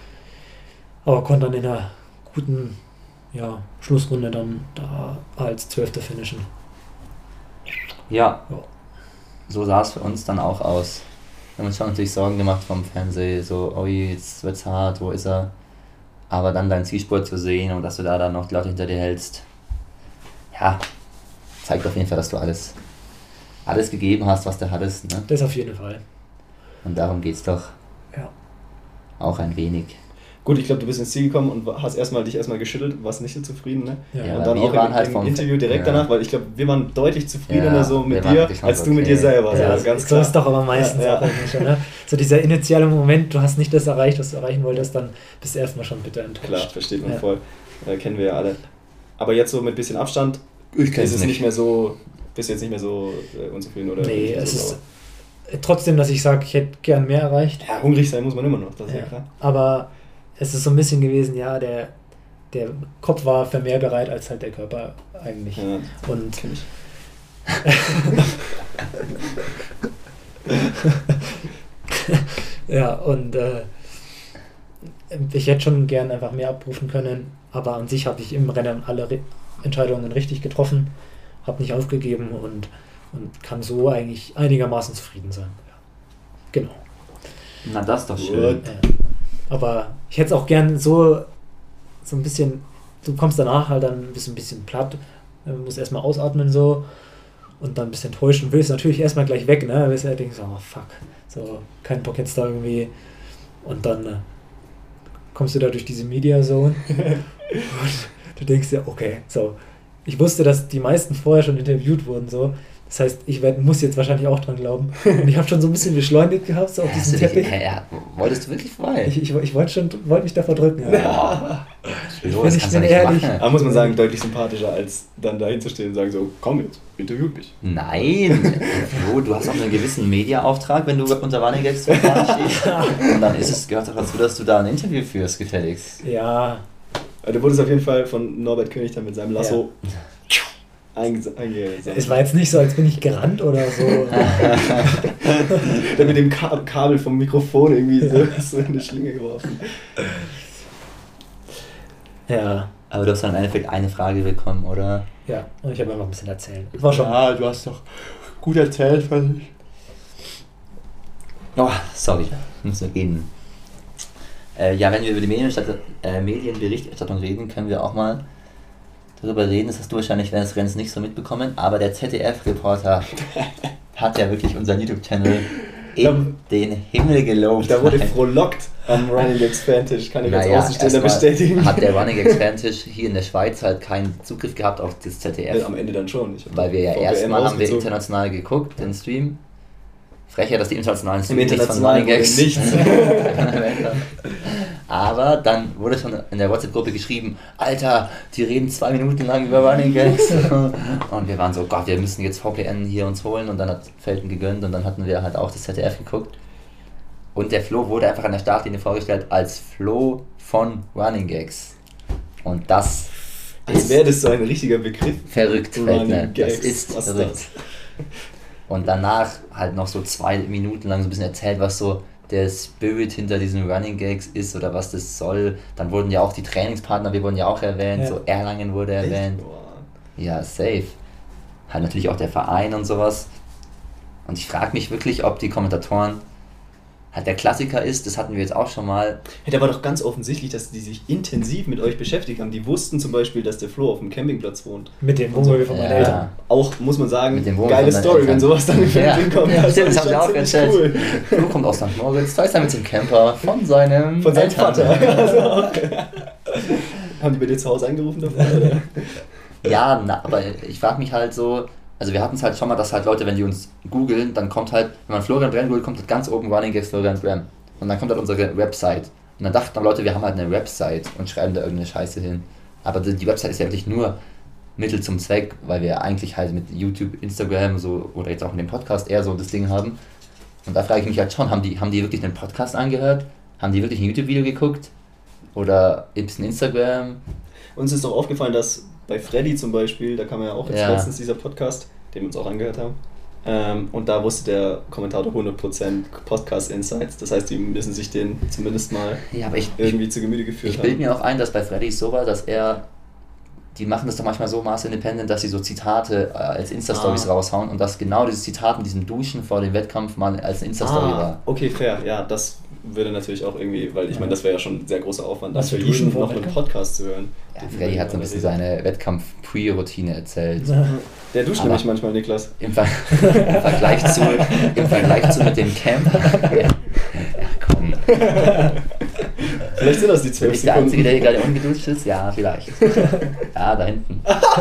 Aber konnte dann in einer guten ja, Schlussrunde dann da als Zwölfter finishen. Ja, Ja. so sah es für uns dann auch aus. Wir haben uns schon natürlich Sorgen gemacht vom Fernsehen, so, oh jetzt wird's hart, wo ist er? Aber dann deinen Zielspurt zu sehen und dass du da dann noch die Leute hinter dir hältst, ja, zeigt auf jeden Fall, dass du alles, alles gegeben hast, was du hattest, ne? Das auf jeden Fall. Und darum geht's doch Ja. auch ein wenig. Gut, ich glaube, du bist ins Ziel gekommen und hast erstmal dich erstmal geschüttelt, warst nicht so zufrieden, ne? Ja, Ja, und dann wir auch waren im, halt im vom Interview direkt ja. danach, weil ich glaube, wir waren deutlich zufriedener Ja, so wir mit waren dir, wirklich schon als du mit okay. dir selber. Ja, so, ganz so klar. ist doch aber meistens Ja, ja. auch irgendwie schon, ne? So dieser initiale Moment, du hast nicht das erreicht, was du erreichen wolltest, dann bist du erstmal schon bitter enttäuscht. Klar, versteht man Ja. voll. Äh, kennen wir ja alle. Aber jetzt so mit bisschen Abstand Ich ist es nicht mehr so, bist du jetzt nicht mehr so äh, unzufrieden oder? Nee, nicht es so ist sauer? trotzdem, dass ich sage, ich hätte gern mehr erreicht. Ja, hungrig sein muss man immer noch, das ist ja, Ja. klar. Aber es ist so ein bisschen gewesen, ja, der, der Kopf war für mehr bereit als halt der Körper eigentlich. Ja, Und kenn ich. ja, und äh, ich hätte schon gern einfach mehr abrufen können, aber an sich habe ich im Rennen alle Re Entscheidungen richtig getroffen, habe nicht aufgegeben und, und kann so eigentlich einigermaßen zufrieden sein. Ja. Genau. Na, das ist doch schön. Gut. Ja. Aber ich hätte es auch gern so, so ein bisschen, du kommst danach halt dann ein bisschen, ein bisschen platt, äh, musst erstmal ausatmen so und dann ein bisschen enttäuscht und willst natürlich erstmal gleich weg, ne? Willst ja denkst, oh fuck, so kein Bock jetzt da irgendwie und dann äh, kommst du da durch diese Media Zone und du denkst dir, okay, so, ich wusste, dass die meisten vorher schon interviewt wurden, so. Das heißt, ich werd, muss jetzt wahrscheinlich auch dran glauben. Und ich habe schon so ein bisschen beschleunigt gehabt, so auf Hast diesem du dich, Teppich. ja, ja, wolltest du wirklich vorbei? Ich, ich, ich wollte schon, wollte mich da verdrücken. Ja. Ich So, bin- das ich kannst du bin nicht ehrlich. machen. Aber muss man sagen, deutlich sympathischer, als dann dahin zu stehen und sagen so, komm jetzt, interview mich. Nein, Flo, du hast auch einen gewissen Mediaauftrag, wenn du unter Running Gags vorne stehst. Und dann ist es, gehört doch dazu, dass du da ein Interview führst, gefälligst. Ja, Also du wurdest auf jeden Fall von Norbert König dann mit seinem Lasso eingesetzt. es war jetzt nicht so, als bin ich gerannt oder so. Dann mit dem Ka Kabel vom Mikrofon irgendwie so, so in eine Schlinge geworfen. Ja, Aber du hast dann im Endeffekt eine Frage bekommen, oder? ja. Und ich habe einfach ein bisschen erzählt. Es war schon. Ja, du hast doch gut erzählt, fand ich. Oh, sorry, muss nur gehen. Äh, ja, wenn wir über die Medienstadt, äh, Medienberichterstattung reden, können wir auch mal darüber reden. Das hast du wahrscheinlich während des Rennens nicht so mitbekommen, aber der Z D F-Reporter hat ja wirklich unseren YouTube-Channel in Da- den Himmel gelobt. Da wurde frohlockt am Running Gags Fantisch, kann ich als Naja, Außenstehender erstmal bestätigen. hat der Running Gags Fantisch hier in der Schweiz halt keinen Zugriff gehabt auf das Z D F. Ja, am Ende dann schon. Ich hab Weil wir ja V P N erstmal haben wir rausgezogen. international geguckt, den Stream. Frecher, dass die internationalen Im Streams nichts von internationalen Running Gags wurde nichts. Aber dann wurde schon in der WhatsApp-Gruppe geschrieben, Alter, die reden zwei Minuten lang über Running Gags. Und wir waren so, Gott, wir müssen jetzt V P N hier uns holen. Und dann hat Felten gegönnt und dann hatten wir halt auch das Z D F geguckt. Und der Flo wurde einfach an der Startlinie vorgestellt als Flo von Running Gags. Und das Als ist wäre das so ein richtiger Begriff. verrückt, Running Feldner. Das Gags, ist was verrückt. das? Und danach halt noch so zwei Minuten lang so ein bisschen erzählt, was so der Spirit hinter diesen Running Gags ist oder was das soll. Dann wurden ja auch die Trainingspartner, wir wurden ja auch erwähnt, Ja. so Erlangen wurde Echt? erwähnt. Boah. Ja, safe. Halt natürlich auch der Verein und sowas. Und ich frage mich wirklich, ob die Kommentatoren halt der Klassiker ist, das hatten wir jetzt auch schon mal. Ja, da war doch ganz offensichtlich, dass die sich intensiv mit euch beschäftigt haben. Die wussten zum Beispiel, dass der Flo auf dem Campingplatz wohnt. Mit dem Wohnmobil von meinen Ja. Eltern. Auch, muss man sagen, Mit dem Wohnmobil geile von deinen Story, Eltern. wenn sowas dann im Fernsehen Ja. kommt. Ja, Das stimmt, ist das haben wir schon auch ziemlich erzählt. cool. Flo kommt aus Sankt Moritz, da ist er mit dem Camper von seinem Von seinem Eltern. Vater. Also, haben die bei dir zu Hause angerufen davon? Oder? Ja, na, aber ich frage mich halt so, also wir hatten es halt schon mal, dass halt Leute, wenn die uns googeln, dann kommt halt, wenn man Florian Bremm googelt, kommt halt ganz oben Running Gags Florian Bremm. Und dann kommt halt unsere Website. Und dann dachten aber Leute, wir haben halt eine Website und schreiben da irgendeine Scheiße hin. Aber die, die Website ist ja wirklich nur Mittel zum Zweck, weil wir eigentlich halt mit YouTube, Instagram so oder jetzt auch in dem Podcast eher so das Ding haben. Und da frage ich mich halt schon, haben die, haben die wirklich einen Podcast angehört? Haben die wirklich ein YouTube-Video geguckt? Oder ein bisschen Instagram? Uns ist doch aufgefallen, dass bei Freddy zum Beispiel, da kam ja auch jetzt Ja. letztens dieser Podcast, den wir uns auch angehört haben, ähm, und da wusste der Kommentator hundert Prozent Podcast Insights. Das heißt, die müssen sich den zumindest mal Ja, aber ich, irgendwie zu Gemüte geführt Ich bilde haben. mir auch ein, dass bei Freddy so war, dass er, die machen das doch manchmal so Maß Independent, dass sie so Zitate äh, als Insta-Stories Ah. raushauen und dass genau dieses Zitat mit diesem Duschen vor dem Wettkampf mal als Insta-Story Ah, war. okay, fair. Ja, das würde natürlich auch irgendwie, weil ich Ja. meine, das wäre ja schon ein sehr großer Aufwand, Was das für für Duschen jeden vor noch einen Wettkampf? Podcast zu hören. Ja, Den Freddy wir hat so ein bisschen reden. seine Wettkampf-Pre-Routine erzählt. Der duscht Aber- nämlich manchmal, Niklas. Im, Ver Im Vergleich zu im Vergleich zu mit dem Camp. Ja, ja komm. Vielleicht sind das die Bin zwölf ich der Einzige, der hier Sekunden. gerade ungeduscht ist? Ja, vielleicht. Ja, da hinten.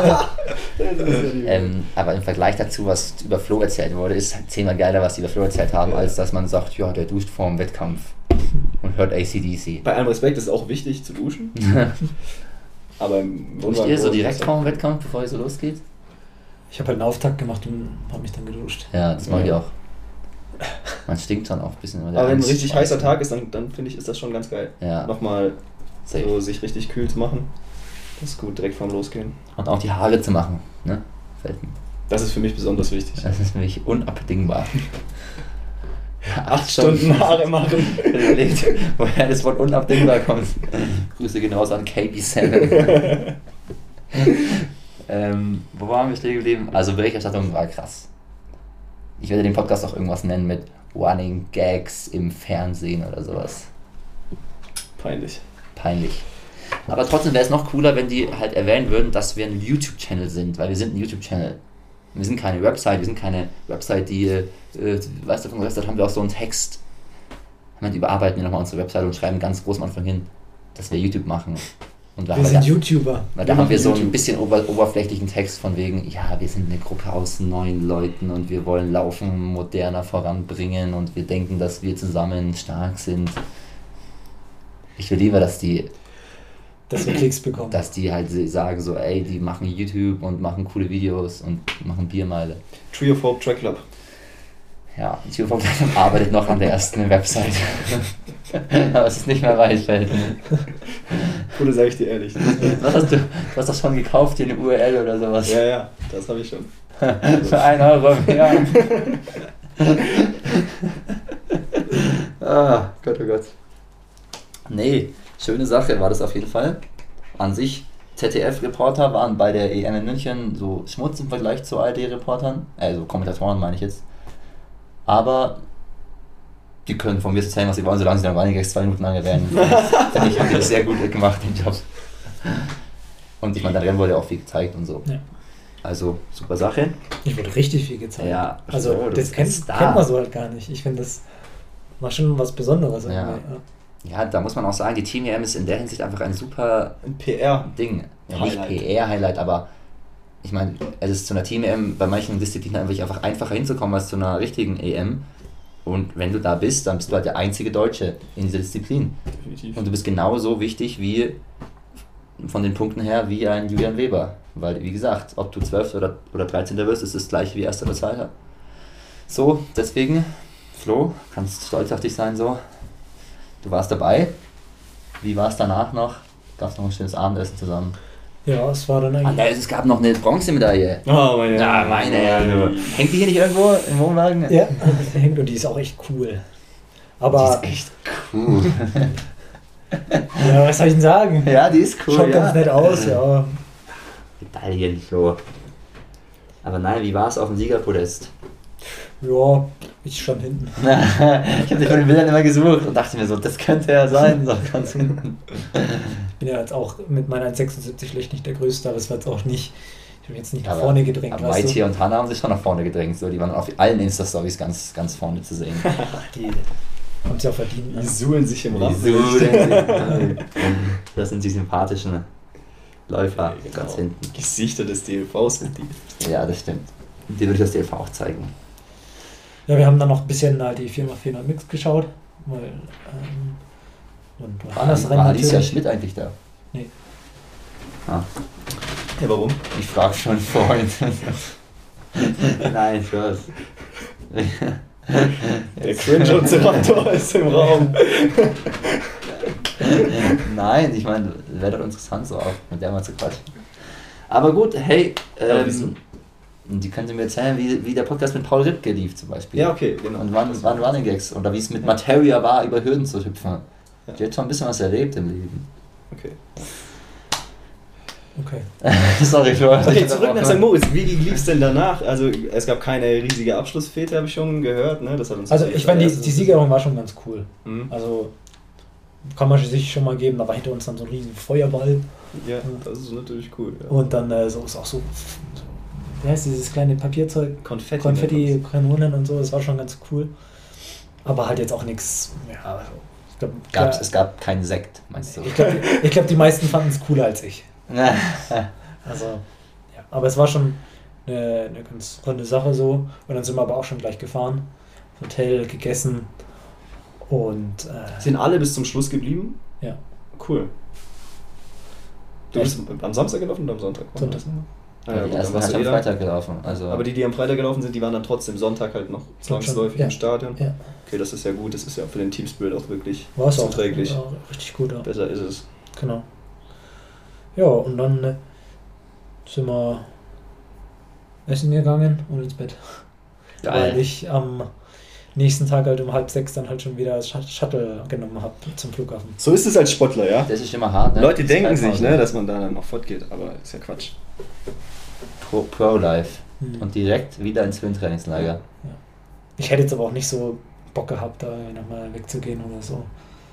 Ähm, aber im Vergleich dazu, was über Flo erzählt wurde, ist halt zehnmal geiler, was die über Flo erzählt haben, Ja. als dass man sagt, ja, der duscht vor dem Wettkampf und hört A C D C. Bei allem Respekt ist es auch wichtig zu duschen, aber im Duscht ihr so Wohnwagen- direkt vor dem Wettkampf, bevor ihr so losgeht? Ich habe halt einen Auftakt gemacht und habe mich dann geduscht. Ja, das mache ich Ja. auch. Man stinkt schon auch ein bisschen. Aber wenn ein richtig heißer Tag ist, dann, dann finde ich, ist das schon ganz geil. Ja. Nochmal Safe. so sich richtig kühl zu machen. Das ist gut, direkt vorm Losgehen. Und auch die Haare zu machen, ne? Fällt mir. Das ist für mich besonders wichtig. Das ist für mich unabdingbar. Acht Stunden Haare machen. Überlegt, woher das Wort unabdingbar kommt. Grüße gehen raus an K B sieben. ähm, wo waren wir stehen geblieben? Also Berichterstattung war krass. Ich werde den Podcast auch irgendwas nennen mit Running Gags im Fernsehen oder sowas. Peinlich. Peinlich. Aber trotzdem wäre es noch cooler, wenn die halt erwähnen würden, dass wir ein YouTube-Channel sind, weil wir sind ein YouTube-Channel. Wir sind keine Website, wir sind keine Website, die, äh, weißt du, von der Website haben wir auch so einen Text. Ich meine, die überarbeiten wir nochmal unsere Website und schreiben ganz groß am Anfang hin, dass wir YouTube machen. Und da Wir haben sind da, YouTuber. weil da haben wir so ein YouTube. bisschen ober, oberflächlichen Text von wegen, ja, wir sind eine Gruppe aus neun Leuten und wir wollen Laufen moderner voranbringen und wir denken, dass wir zusammen stark sind. Ich will lieber, dass die Dass wir Klicks bekommen. dass die halt sagen so, ey, die machen YouTube und machen coole Videos und machen Biermeile. Trio of Hope Track Club. Ja, YouTube arbeitet noch an der ersten Website. Aber es ist nicht mehr weit, fällt mir. Coole, sag ich dir ehrlich. Was hast du, du hast doch schon gekauft, hier eine U R L oder sowas. Ja, ja, das habe ich schon. Für ein Euro mehr. Ah, Gott, oh Gott. Nee, schöne Sache war das auf jeden Fall. An sich, Z D F-Reporter waren bei der E M in München so Schmutz im Vergleich zu A R D-Reportern, also Kommentatoren meine ich jetzt. Aber die können von mir erzählen, was sie wollen, solange sie dann Running Gags zwei Minuten lang erwähnen. Finde ich, haben die das sehr gut gemacht, den Job. Und ich meine, dann Rennen wurde ja auch viel gezeigt und so. Ja. Also, super Sache. Ich wurde richtig viel gezeigt. Ja, Also, so, das ist kennt, Star. kennt man so halt gar nicht. Ich finde, das war schon was Besonderes. Ja. irgendwie, Ja, da muss man auch sagen, die Team E M ist in der Hinsicht einfach ein super Ein P R. Ding. Ja, nicht Highlight. P R-Highlight, aber ich meine, es ist zu einer Team-E M bei manchen Disziplinen einfach, einfach einfacher hinzukommen als zu einer richtigen E M. Und wenn du da bist, dann bist du halt der einzige Deutsche in dieser Disziplin. Definitiv. Und du bist genauso wichtig wie von den Punkten her wie ein Julian Weber. Weil, wie gesagt, ob du zwölfter oder, oder dreizehnter wirst, ist das gleiche wie erster oder zweiter. So, deswegen, Flo, kannst stolz auf dich sein so. Du warst dabei. Wie war es danach noch? Gab es noch ein schönes Abendessen zusammen? Ja, es war dann Ah, eigentlich. nein, es gab noch eine Bronzemedaille. Oh, meine Ja, meine Herren. Hängt die hier nicht irgendwo im Wohnwagen? Ja, die hängt und die ist auch echt cool. Aber, Die ist echt cool. ja, was soll ich denn sagen? Ja, die ist cool. Schaut ja. ganz nett aus, ja. Medaillen, Flo. Aber nein, wie war es auf dem Siegerpodest? Ja, ich stand hinten. Ich habe dich von den Bildern immer gesucht und dachte mir so, das könnte ja sein, so ganz hinten. Ich bin ja jetzt auch mit meiner eins Komma sechsundsiebzig schlecht nicht der Größte, aber es war jetzt auch nicht, ich bin jetzt nicht nach Aber- vorne gedrängt. Aber weißt Whitey du? und Hannah haben sich schon nach vorne gedrängt, so. Die waren auf allen Insta-Stories ganz, ganz vorne zu sehen. Die haben sie auch verdient. Die Ne? suhlen sich im Wieso Rampenlicht. denn? Das sind die sympathischen Läufer Genau. ganz hinten. Gesichter des D L Vs sind die. Ja, das stimmt. Die würde ich das D L V auch zeigen. Ja, wir haben dann noch ein bisschen halt die vier mal vierhundert Mix geschaut. Weil, ähm, und War, anders Rennen war Alicia natürlich. Schmidt eigentlich da? Nee. Ah, Ja, warum? ich frage schon vorhin. Nein, Spaß. Der Cringe und Raptor ist im Raum. Nein, ich meine, wäre doch interessant, so auch mit der mal zu quatschen. Aber gut, hey, Ja, wieso? ähm, die könnte mir erzählen, wie, wie der Podcast mit Paul Ripke lief zum Beispiel. Ja, okay, genau. Und wann waren Running Gags oder wie es mit Materia war, über Hürden zu hüpfen. Ja. Die hat schon ein bisschen was erlebt im Leben. Okay. Okay. Sorry, Flo. Okay, zurück nach Sankt Moritz. Wie lief es denn danach? Also, es gab keine riesige Abschlussfete, habe ich schon gehört. Ne? Das hat uns Also das ich fand die, erste- die Siegerung war schon ganz cool. Mhm. Also kann man sich schon mal geben, da war hinter uns dann so ein riesen Feuerball Ja, das ist natürlich cool. Ja. und dann äh, so ist auch so, so, wie heißt dieses kleine Papierzeug, Konfetti. Konfetti, Kanonen und so, das war schon ganz cool. Aber halt jetzt auch nichts, ja, also, ich glaube, Gab's, es gab keinen Sekt, meinst du? ich glaube, ich glaub, die meisten fanden es cooler als ich. Also, ja, aber es war schon eine, eine ganz runde Sache so. Und dann sind wir aber auch schon gleich gefahren. Hotel, gegessen und äh, Sind alle bis zum Schluss geblieben? ja, Cool. Du bist am Samstag gelaufen oder am Sonntag? Sonntag. Ah, ja, die gut, dann ersten warst hat du am eh da. Freitag gelaufen. Also Aber die, die am Freitag gelaufen sind, die waren dann trotzdem Sonntag halt noch zwangsläufig ja. im Stadion. Ja. Okay, das ist ja gut. Das ist ja für den Teamspirit auch wirklich war es auch. zuträglich. Ja, richtig gut, ja. Besser ist es. Genau. Ja, und dann äh, sind wir essen gegangen und ins Bett. Weil geil. ich am nächsten Tag halt um halb sechs dann halt schon wieder das Shut- Shuttle genommen habe zum Flughafen. So ist es als Sportler, ja? Das ist immer hart, ne? Leute Das denken ist sich, Zeitpause. ne, dass man da dann noch fortgeht, aber ist ja Quatsch. Pro, Pro Life. Hm. Und direkt wieder ins Schwimmtrainingslager. Ich hätte jetzt aber auch nicht so Bock gehabt, da nochmal wegzugehen oder so.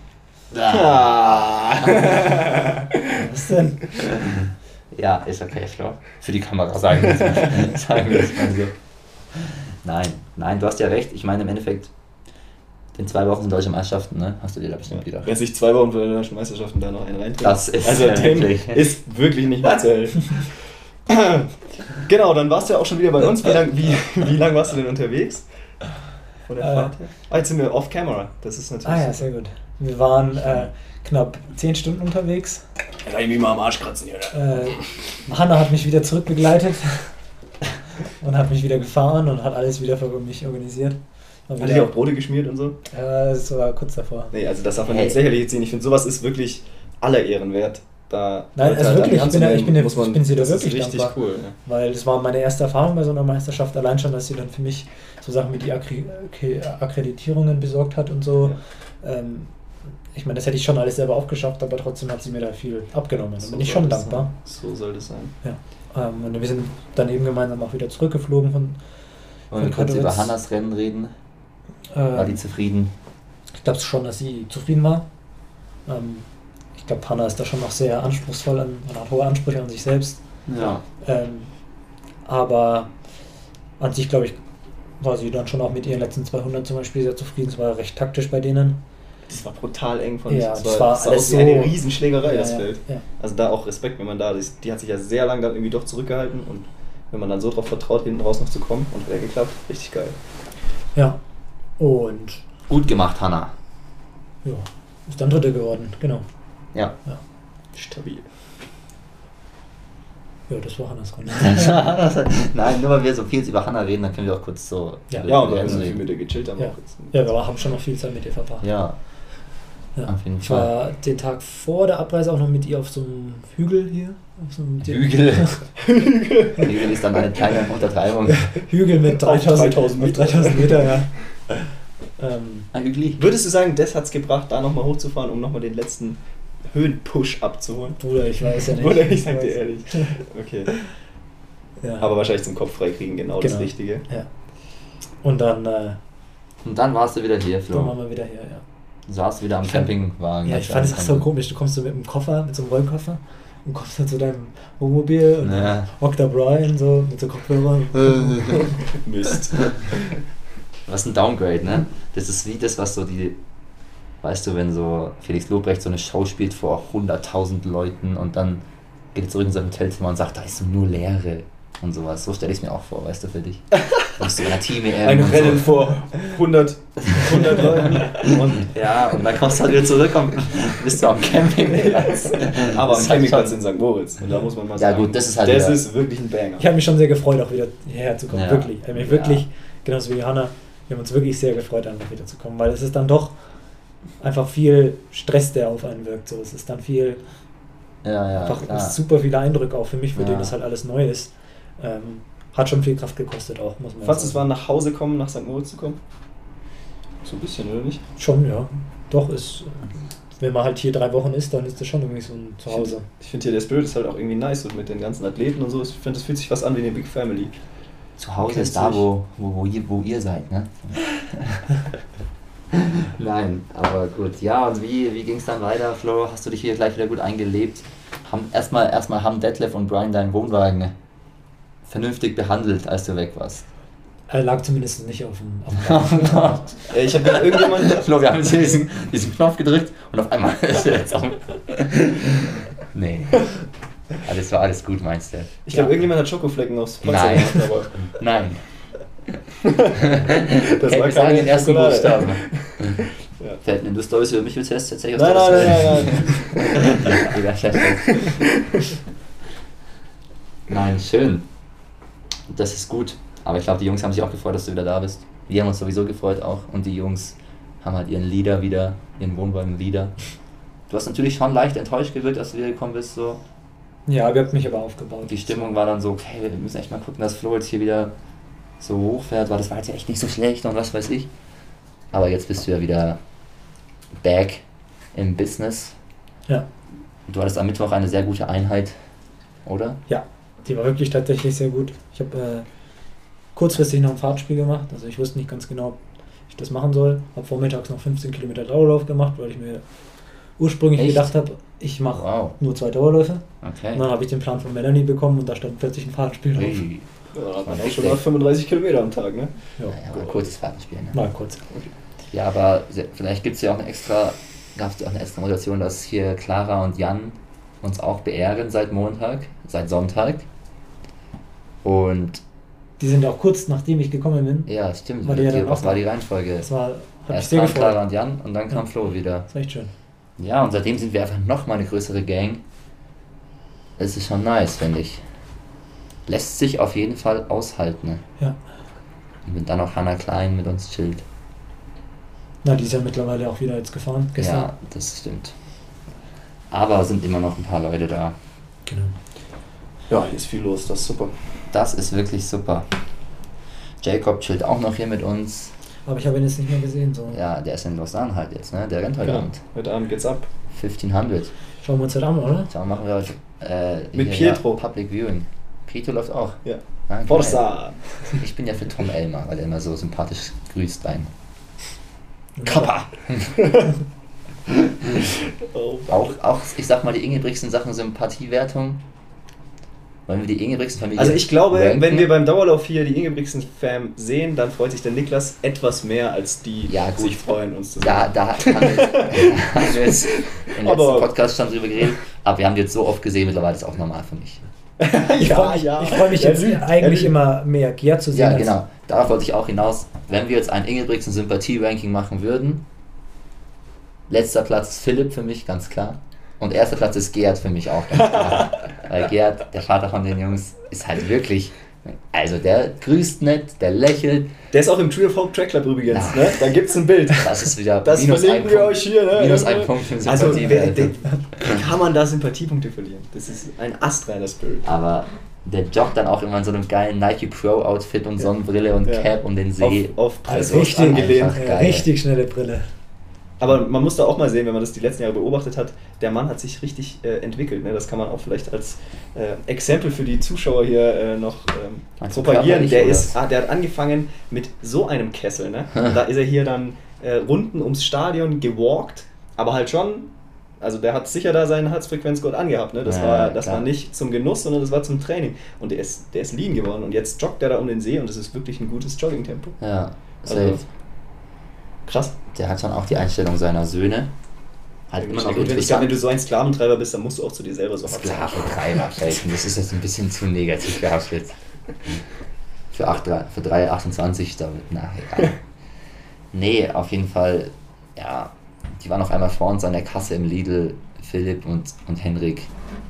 Ah. Was denn? Ja, ist okay, Flo. Für die Kamera sagen wir es sagen wir es mal so. Nein, nein, du hast ja recht. Ich meine, im Endeffekt, in zwei Wochen sind deutsche Meisterschaften, ne? Hast du dir da bestimmt gedacht. Wer sich zwei Wochen vor den deutschen Meisterschaften da noch einen reinträgt. Das ist also ja dem wirklich- ist wirklich nicht mehr zu helfen. Genau, dann warst du ja auch schon wieder bei uns. Wie lange wie, wie lang warst du denn unterwegs? Von der Äh. Fahrt her? Ah, jetzt sind wir off-camera. Das ist natürlich. Ah ja, sehr gut. Wir waren äh, knapp zehn Stunden unterwegs. Ja, ich mich mal am Arsch kratzen, oder? Äh, Hanna hat mich wieder zurückbegleitet und hat mich wieder gefahren und hat alles wieder für mich organisiert. War Hat dich auch Brote geschmiert und so? äh, das war kurz davor. Nee, also das darf man Hey. jetzt lächerlich ziehen. Ich finde, sowas ist wirklich aller Ehren wert. Da Nein, Leute also halt an die wirklich, Hand ich bin zu da- ich nehmen, bin da- muss man- ich bin sie da das ist wirklich richtig dankbar. cool. Ja. Weil das war meine erste Erfahrung bei so einer Meisterschaft, allein schon, dass sie dann für mich so Sachen wie die Akkre Akkre- Akkreditierungen besorgt hat und so. Ähm, ich meine, das hätte ich schon alles selber aufgeschafft, aber trotzdem hat sie mir da viel abgenommen. Da So bin ich soll schon das dankbar. Sein. So soll das sein. Ähm, und wir sind dann eben gemeinsam auch wieder zurückgeflogen von. Wollen wir Von kurz über Katowice. Hannas Rennen reden? War die Äh, zufrieden? ich glaube schon, dass sie zufrieden war. Ähm, ich glaube, Hanna ist da schon noch sehr anspruchsvoll an, und hat hohe Ansprüche an sich selbst. Ja. Ähm, aber an sich, glaube ich, war sie dann schon auch mit ihren letzten zweihundert zum Beispiel sehr zufrieden. Es war recht taktisch bei denen. Das war brutal eng von Ja, das das war, war das sah alles aus wie eine so- Riesenschlägerei, das ja, Feld. Ja. Also da auch Respekt, wenn man da ist. Die hat sich ja sehr lange dann irgendwie doch zurückgehalten und wenn man dann so drauf vertraut, hinten raus noch zu kommen und wäre geklappt, richtig geil. ja. Und Gut gemacht, Hanna. ja, ist dann Dritte geworden, genau. Ja. Stabil. Ja, das war Hannas Rennen. Nein, nur weil wir so viel über Hanna reden, dann können wir auch kurz so Ja. Ja, und über dann Rennen sind wir reden. mit ihr gechillt haben. Ja. Auch jetzt. Ja, wir haben schon noch viel Zeit mit ihr verbracht. Ja, Ja. auf jeden Ich Fall. war den Tag vor der Abreise auch noch mit ihr auf so einem Hügel hier. Auf so einem Hügel. Hügel ist dann eine kleine Untertreibung. Hügel mit Auf dreitausend, dreitausend mit dreitausend Meter, ja. ähm, Ah, Hügli? Würdest du sagen, das hat es gebracht, da nochmal hochzufahren, um nochmal den letzten Höhenpush abzuholen? Bruder, ich weiß ja nicht. Oder ich sag dir ehrlich. Okay. Ja. Aber wahrscheinlich zum Kopf freikriegen, genau, genau das Richtige. Ja. Und dann, äh, Und dann warst du wieder hier, dann Flo. waren wir wieder hier, ja. Du saßt wieder am Ich fand- Campingwagen. Ja, ich fand es auch so komisch. Du kommst so mit einem Koffer, mit so einem Rollkoffer und kommst dann zu deinem Wohnmobil und Ja. dann hockt da Brian so mit so Kopfhörern. Mist. Was ein Downgrade, ne? Das ist wie das, was so die, weißt du, wenn so Felix Lobrecht so eine Show spielt vor hunderttausend Leuten und dann geht er zurück in sein Hotelzimmer und sagt, da ist so nur Leere und sowas. So stelle ich es mir auch vor, weißt du, für dich. Du bist so in einer Team-E M Ein und Rennen so. vor hundert, hundert Leuten. Und, Ja, und dann kommst du halt wieder zurück und bist du am Campingplatz. aber Das am ist halt Campingplatz schon- in Sankt Moritz. Und da muss man mal Ja, sagen, gut, das ist halt das wieder- ist wirklich ein Banger. Ich habe mich schon sehr gefreut, auch wieder hierher zu kommen. Ja. Wirklich. Ich habe mich Ja. wirklich, genauso wie Johanna, wir haben uns wirklich sehr gefreut, einfach wieder zu kommen, weil es ist dann doch einfach viel Stress, der auf einen wirkt. So, es ist dann viel, Ja, ja, einfach klar. super viele Eindrücke auch für mich, für Ja. den das halt alles neu ist. Ähm, hat schon viel Kraft gekostet auch, muss man Fandest du es war sagen. nach Hause kommen, nach Sankt Moritz zu kommen? So ein bisschen, oder nicht? Schon, ja. Doch, ist, wenn man halt hier drei Wochen ist, dann ist das schon irgendwie so ein Zuhause. Ich finde hier der Spirit ist halt auch irgendwie nice und mit den ganzen Athleten und so. Ich finde, das fühlt sich was an wie eine Big Family. Zu Hause Kennst ist da, dich. wo, wo, wo, ihr, wo ihr seid, ne? Nein, aber gut. Ja, und wie, wie ging es dann weiter, Flo? Hast du dich hier gleich wieder gut eingelebt? Haben, erstmal, erstmal haben Detlef und Brian deinen Wohnwagen vernünftig behandelt, als du weg warst. Er lag zumindest nicht auf dem, auf dem Dach. Äh, ich habe ja irgendjemand. Flo, wir haben jetzt hier diesen, diesen Knopf gedrückt und auf einmal ist er jetzt auch. Nee. Alles war alles gut, meinst du? Ich glaube, Ja. irgendjemand hat Schokoflecken aufs Panzer Nein. gemacht, aber Nein. das Okay, war wir sagen keine den ersten Schokolade. Buchstaben. Ja. Fällt mir, du Stories über mich willst, erzähl ich Nein, nein, nein, nein, nein. Lieber Chef. Nein, schön. Das ist gut. Aber ich glaube, die Jungs haben sich auch gefreut, dass du wieder da bist. Wir haben uns sowieso gefreut auch. Und die Jungs haben halt ihren Leader wieder, ihren Wohnwagen-Leader. Du hast natürlich schon leicht enttäuscht gewirkt, als du wieder gekommen bist. So. Ja, wir haben mich aber aufgebaut. Die Stimmung war dann so, okay, wir müssen echt mal gucken, dass Flo jetzt hier wieder so hochfährt, weil das war jetzt ja echt nicht so schlecht und was weiß ich. Aber jetzt bist du ja wieder back im Business. Ja. Du hattest am Mittwoch eine sehr gute Einheit, oder? Ja, die war wirklich tatsächlich sehr gut. Ich habe äh, kurzfristig noch ein Fahrtspiel gemacht, also ich wusste nicht ganz genau, ob ich das machen soll. Habe vormittags noch fünfzehn Kilometer Dauerlauf gemacht, weil ich mir ursprünglich Echt? gedacht habe, ich mache Wow. nur zwei Dauerläufe. Okay. Und dann habe ich den Plan von Melanie bekommen und da stand plötzlich ein Fahrtspiel drauf. Ui. Ja, da hat man auch schon mal fünfunddreißig Kilometer am Tag, ne? Ja, Naja, aber ein kurzes Fahrtenspiel, ne? mal kurz. Ja, aber se- vielleicht gibt es ja auch eine extra, gab es auch eine extra Motivation, dass hier Clara und Jan uns auch beehren seit Montag, seit Sonntag. Und Die sind auch kurz nachdem ich gekommen bin. ja, stimmt. War die ja dann was auch war da? die Reihenfolge? Das war, hat mich Erst sehr kamen Clara gefreut. und Jan und dann kam Ja. Flo wieder. Das war echt schön. Ja, und seitdem sind wir einfach nochmal eine größere Gang. Das ist schon nice, finde ich. Lässt sich auf jeden Fall aushalten. Ne? Ja. Und wenn dann auch Hannah Klein mit uns chillt. Na, die ist ja mittlerweile auch wieder jetzt gefahren, gestern. Ja, das stimmt. Aber sind immer noch ein paar Leute da. Genau. Ja, hier ist viel los, das ist super. Das ist wirklich super. Jacob chillt auch noch hier mit uns. Aber ich habe ihn jetzt nicht mehr gesehen. So. Ja, der ist in Lausanne halt jetzt, ne? Der rennt heute Genau. Abend. Heute Abend geht's ab. fünfzehnhundert. Schauen wir uns heute an, oder? Dann machen wir heute äh, Mit hier, Pietro. Ja, Public Viewing. Pietro läuft auch. Ja. Ah, Forza! geil. Ich bin ja für Tom Elmer, weil er immer so sympathisch grüßt ein. Kappa! Oh. Auch, auch, ich sag mal, die Ingebrigtsen Sachen Sympathiewertung. Wollen wir die Ingebrigtsen Familie Also ich glaube, ranken? wenn wir beim Dauerlauf hier die Ingebrigtsen-Fam sehen, dann freut sich der Niklas etwas mehr, als die Ja, gut. sich freuen, uns zu sehen. Da, da haben wir, haben wir jetzt im letzten Aber- Podcast schon drüber geredet, aber wir haben die jetzt so oft gesehen, mittlerweile ist es auch normal für mich. Ich freue mich, ich freu mich Er jetzt lügt, er eigentlich lügt. immer mehr Gerd zu sehen. Ja, als- genau. Darauf wollte ich auch hinaus. Wenn wir jetzt ein Ingebrigtsen Sympathie-Ranking machen würden, letzter Platz ist Philipp für mich, ganz klar. Und erster Platz ist Gerd für mich auch, ganz klar. Weil Gerd, der Vater von den Jungs, ist halt wirklich, also der grüßt nett, der lächelt. Der ist auch im Tree of Hope Track Club übrigens, Ja. ne? Da gibt's ein Bild. Das ist wieder Das minus ein verlinken wir Punkt. euch hier, ne? Minus ein Punkt für Also, Sympathie. wer, der, wie kann man da Sympathiepunkte verlieren? Das ist ein astreiner Spirit. Aber der joggt dann auch immer in so einem geilen Nike Pro Outfit und Sonnenbrille und Ja. Cap um den See. Auf, auf Also Preis richtig, angelehnt. einfach ja, geil. richtig schnelle Brille. Aber man muss da auch mal sehen, wenn man das die letzten Jahre beobachtet hat, der Mann hat sich richtig äh, entwickelt. Ne? Das kann man auch vielleicht als äh, Exempel für die Zuschauer hier äh, noch ähm, propagieren. Der, ist, ah, der hat angefangen mit so einem Kessel. Ne? Und da ist er hier dann äh, Runden ums Stadion gewalkt, aber halt schon, also der hat sicher da seinen Herzfrequenzgurt angehabt. Ne? Das, ja, war, das war nicht zum Genuss, sondern das war zum Training. Und der ist, der ist lean geworden und jetzt joggt er da um den See und das ist wirklich ein gutes Jogging-Tempo. Ja, safe. Also, krass. Der hat schon auch die Einstellung seiner Söhne. Halt immer noch gut, wenn, ich glaub, wenn du so ein Sklaventreiber bist, dann musst du auch zu dir selber so hart sein. Sklaventreiber, das ist jetzt ein bisschen zu negativ gehabt jetzt. Für, acht, für drei Komma achtundzwanzig, da wird nachher. Nee, auf jeden Fall, ja, die waren auf einmal vor uns an der Kasse im Lidl, Philipp und, und Henrik.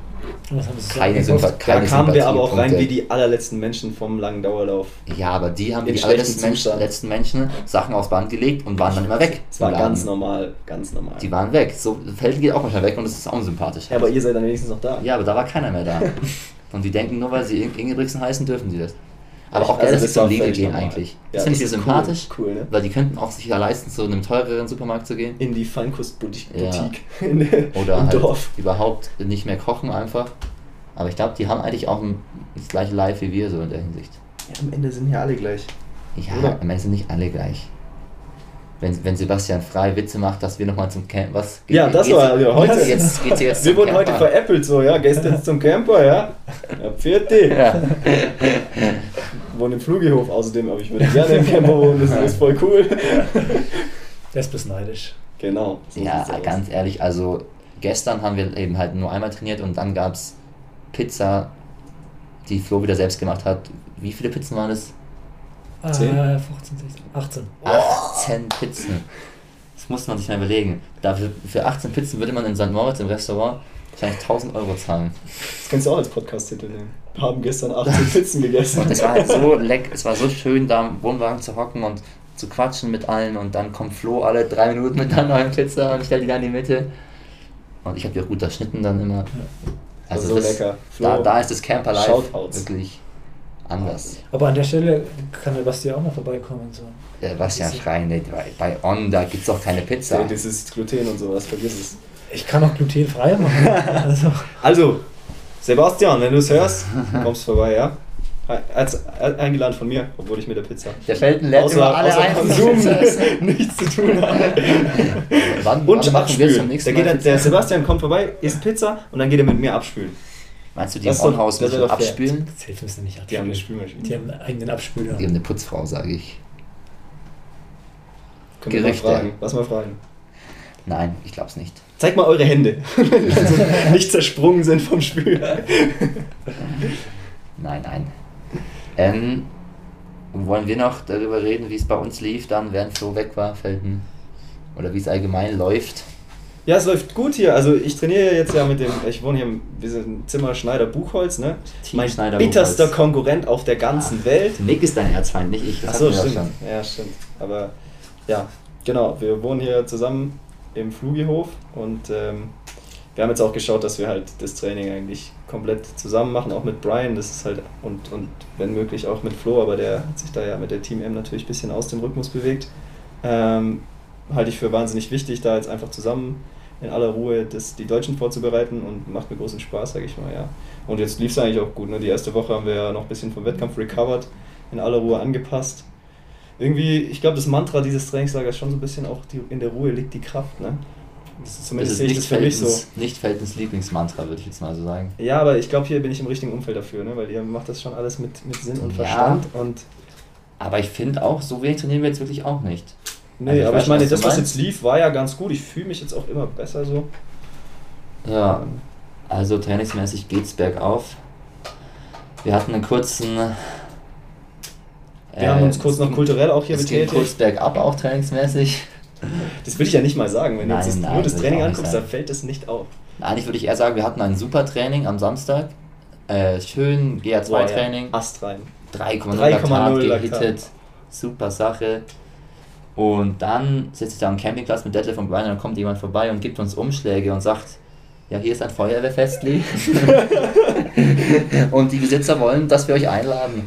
Keine Sympathie. Da kamen wir aber auch rein wie die allerletzten Menschen vom langen Dauerlauf. Ja, aber die haben die allerletzten Menschen, letzten Menschen Sachen aufs Band gelegt und waren dann immer weg. Das war ganz normal, ganz normal. Die waren weg. So, Felden geht auch manchmal weg und das ist auch unsympathisch. Ja, aber ihr seid dann wenigstens noch da. Ja, aber da war keiner mehr da. Und die denken, nur weil sie Ingebrigtsen heißen, dürfen sie das. Aber auch also geil, dass sie zum Lidl gehen eigentlich. Das ja, finde ich sympathisch, cool, cool, ne? Weil die könnten auch sich ja leisten, zu einem teureren Supermarkt zu gehen. In die Feinkostboutique ja. in, Oder im halt Dorf. Überhaupt nicht mehr kochen einfach. Aber ich glaube, die haben eigentlich auch ein, das gleiche Live wie wir so in der Hinsicht. Ja, am Ende sind ja alle gleich. Ja, oder? Am Ende sind nicht alle gleich. Wenn, wenn Sebastian Frei Witze macht, dass wir nochmal zum Camp... Was? Ja, das geht's, war ja, heute. Jetzt, geht's jetzt wir wurden heute veräppelt so, ja. Gehst jetzt zum Camper, ja. Ja, Pfirti. Ja. Wohnen im Flugihof außerdem, aber ich würde gerne im Camper wohnen, das ist voll cool. Der ist bis neidisch. Genau. So ja, ganz aus. Ehrlich, also gestern haben wir eben halt nur einmal trainiert und dann gab es Pizza, die Flo wieder selbst gemacht hat. Wie viele Pizzen waren das? zehn? Äh, fünfzehn, sechzehn, achtzehn. achtzehn Pizzen. Das muss man sich mal überlegen. Dafür, für achtzehn Pizzen würde man in Sankt Moritz im Restaurant wahrscheinlich tausend Euro zahlen. Das kannst du auch als Podcast-Titel nehmen. Wir haben gestern achtzehn Pizzen gegessen. Und es war halt so leck, es war so schön, da im Wohnwagen zu hocken und zu quatschen mit allen und dann kommt Flo alle drei Minuten mit einer neuen Pizza und stellt die dann in die Mitte. Und ich habe die auch gut erschnitten dann immer. Also so das, lecker. Da, da ist das Camper Life Shoutouts. wirklich anders. Aber an der Stelle kann der Basti auch mal vorbeikommen. So. Der Bastian schreien nicht, bei, bei On, da gibt es doch keine Pizza. Ja, das ist Gluten und sowas, vergiss es. Ich kann auch glutenfrei machen. also. also, Sebastian, wenn du es hörst, kommst vorbei, ja? Als eingeladen von mir, obwohl ich mit der Pizza. Der Felden lädt immer alle außer ein. Konsum nichts zu tun haben. Wann, und wann abspülen. Da geht der, der Sebastian kommt vorbei, isst Pizza und dann geht er mit mir abspülen. Meinst du, die im On-Haus müssen abspülen? Das hilft uns nicht abspülen. Die haben eine Spülmaschine. Die haben einen eigenen Abspüler. Die haben eine Putzfrau, sage ich. Können wir mal fragen. Lass mal fragen. Nein, ich glaub's nicht. Zeig mal eure Hände, wenn die so nicht zersprungen sind vom Spülen. Nein, nein. Ähm, wollen wir noch darüber reden, wie es bei uns lief, dann während Flo weg war, Felden? Oder wie es allgemein läuft? Ja, es läuft gut hier. Also ich trainiere jetzt ja mit dem, ich wohne hier im, wir sind im Zimmer Schneider Buchholz, ne? Team mein Schneider bitterster Buchholz. Konkurrent auf der ganzen Ach, Welt. Nick ist dein Erzfeind, nicht ich. Das Achso, hatten wir stimmt. schon. Ja, stimmt. Aber ja, genau, wir wohnen hier zusammen im Flugihof und ähm, wir haben jetzt auch geschaut, dass wir halt das Training eigentlich komplett zusammen machen, auch mit Brian, das ist halt, und, und wenn möglich auch mit Flo, aber der hat sich da ja mit der Team M natürlich ein bisschen aus dem Rhythmus bewegt. Ähm, halte ich für wahnsinnig wichtig, da jetzt einfach zusammen in aller Ruhe das, die Deutschen vorzubereiten und macht mir großen Spaß, sage ich mal, ja. Und jetzt lief es eigentlich auch gut, ne? Die erste Woche haben wir ja noch ein bisschen vom Wettkampf recovered, in aller Ruhe angepasst. Irgendwie, ich glaube, das Mantra dieses Trainingslagers ist schon so ein bisschen auch, die, in der Ruhe liegt die Kraft, ne? Das ist zumindest sehe ich das für mich so. Nicht Feldens Lieblingsmantra, würde ich jetzt mal so sagen. Ja, aber ich glaube, hier bin ich im richtigen Umfeld dafür, ne? Weil ihr macht das schon alles mit, mit Sinn und Verstand. Ja, und aber ich finde auch, so wenig trainieren wir jetzt wirklich auch nicht. Nee, also ich aber weiß, ich meine, was das, was jetzt lief, war ja ganz gut. Ich fühle mich jetzt auch immer besser so. Ja, also trainingsmäßig geht's bergauf. Wir hatten einen kurzen... Wir äh, haben uns kurz noch kulturell auch hier betätigt. Es geht kurz bergab auch trainingsmäßig. Das will ich ja nicht mal sagen. Wenn nein, du jetzt nein, nur das Training anguckst, dann fällt das nicht auf. Eigentlich würde ich eher sagen, wir hatten ein super Training am Samstag. Äh, schön G A zwei Training. Ja. Ast rein. drei Komma null Laktat gehittet. Super Sache. Und dann sitze ich da am Campingplatz mit Detlef und Brian und dann kommt jemand vorbei und gibt uns Umschläge und sagt, ja, hier ist ein Feuerwehrfestli. Und die Besitzer wollen, dass wir euch einladen.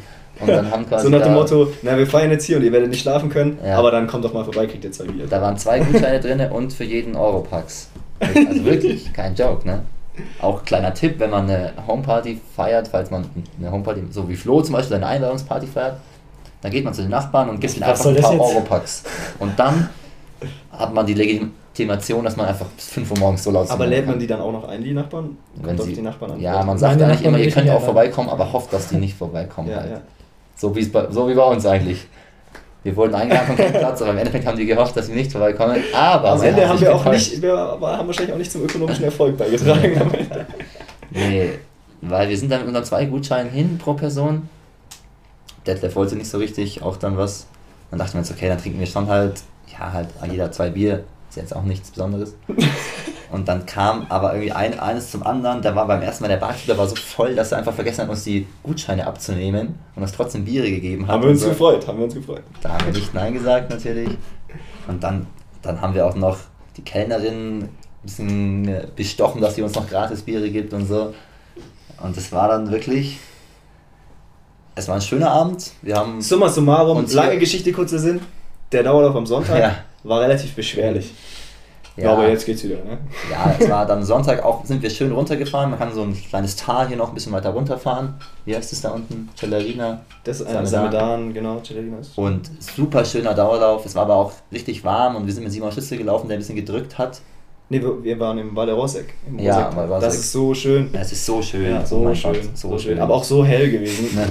Und dann haben quasi so nach dem da, Motto, na wir feiern jetzt hier und ihr werdet nicht schlafen können, Ja. aber dann kommt doch mal vorbei, kriegt ihr zwei Bier. da waren zwei Gutscheine drin und für jeden Europax. Also wirklich, kein Joke, ne? Auch kleiner Tipp, wenn man eine Homeparty feiert, falls man eine Homeparty, so wie Flo zum Beispiel eine Einladungsparty feiert, dann geht man zu den Nachbarn und gibt ihnen Was einfach ein soll das paar jetzt? Europacks. Und dann hat man die Legitimation, dass man einfach bis fünf Uhr morgens so laut Aber singen lädt man kann. die dann auch noch ein, die Nachbarn? Wenn Kommt auf sie- die Nachbarn an. Ja, man sagt Meine eigentlich Nachbarn immer, ihr will ich könnt nicht auch einladen. vorbeikommen, aber hofft, dass die nicht vorbeikommen. Ja, halt. ja. So, wie's bei, so wie bei uns eigentlich. Wir wurden eingeladen von keinem Platz, aber im Endeffekt haben die gehofft, dass wir nicht vorbeikommen. Aber Am sie Ende haben sich wir auch getäuscht. nicht, wir haben wahrscheinlich auch nicht zum ökonomischen Erfolg beigetragen. Nee, weil wir sind dann mit unseren zwei Gutscheinen hin pro Person. Detlef wollte nicht so richtig, auch dann was. Dann dachten wir uns, okay, dann trinken wir schon halt, ja, halt jeder zwei Bier. Ist jetzt auch nichts Besonderes. Und dann kam aber irgendwie ein, eines zum anderen. Da war beim ersten Mal der Barkeeper war so voll, dass er einfach vergessen hat, uns die Gutscheine abzunehmen und uns trotzdem Biere gegeben hat. haben wir uns Und so. gefreut, haben wir uns gefreut. Da haben wir nicht Nein gesagt natürlich. Und dann, dann haben wir auch noch die Kellnerin ein bisschen äh, bestochen, dass sie uns noch gratis Biere gibt und so. Und es war dann wirklich, es war ein schöner Abend. Wir haben, Summa summarum, Und lange hier- Geschichte, kurzer Sinn. Der Dauerlauf am Sonntag Ja. war relativ beschwerlich. ja, Aber jetzt geht's wieder, ne? ja, es war dann Sonntag auch, sind wir schön runtergefahren. Man kann so ein kleines Tal hier noch ein bisschen weiter runterfahren. Wie heißt es da unten? Celerina. Das ist Samedan. ein Samedan, genau, Celerinos. Und super schöner Dauerlauf. Es war aber auch richtig warm und wir sind mit Simon Schütze gelaufen, der ein bisschen gedrückt hat. Ne, wir, wir waren im Val de Rosec. Im Ja, Rosec. Val de Rosec. Das ist so schön. Ja, es ist so schön. Ja, Oh so, mein schön, Gott, so schön. Aber auch so hell gewesen. Ne?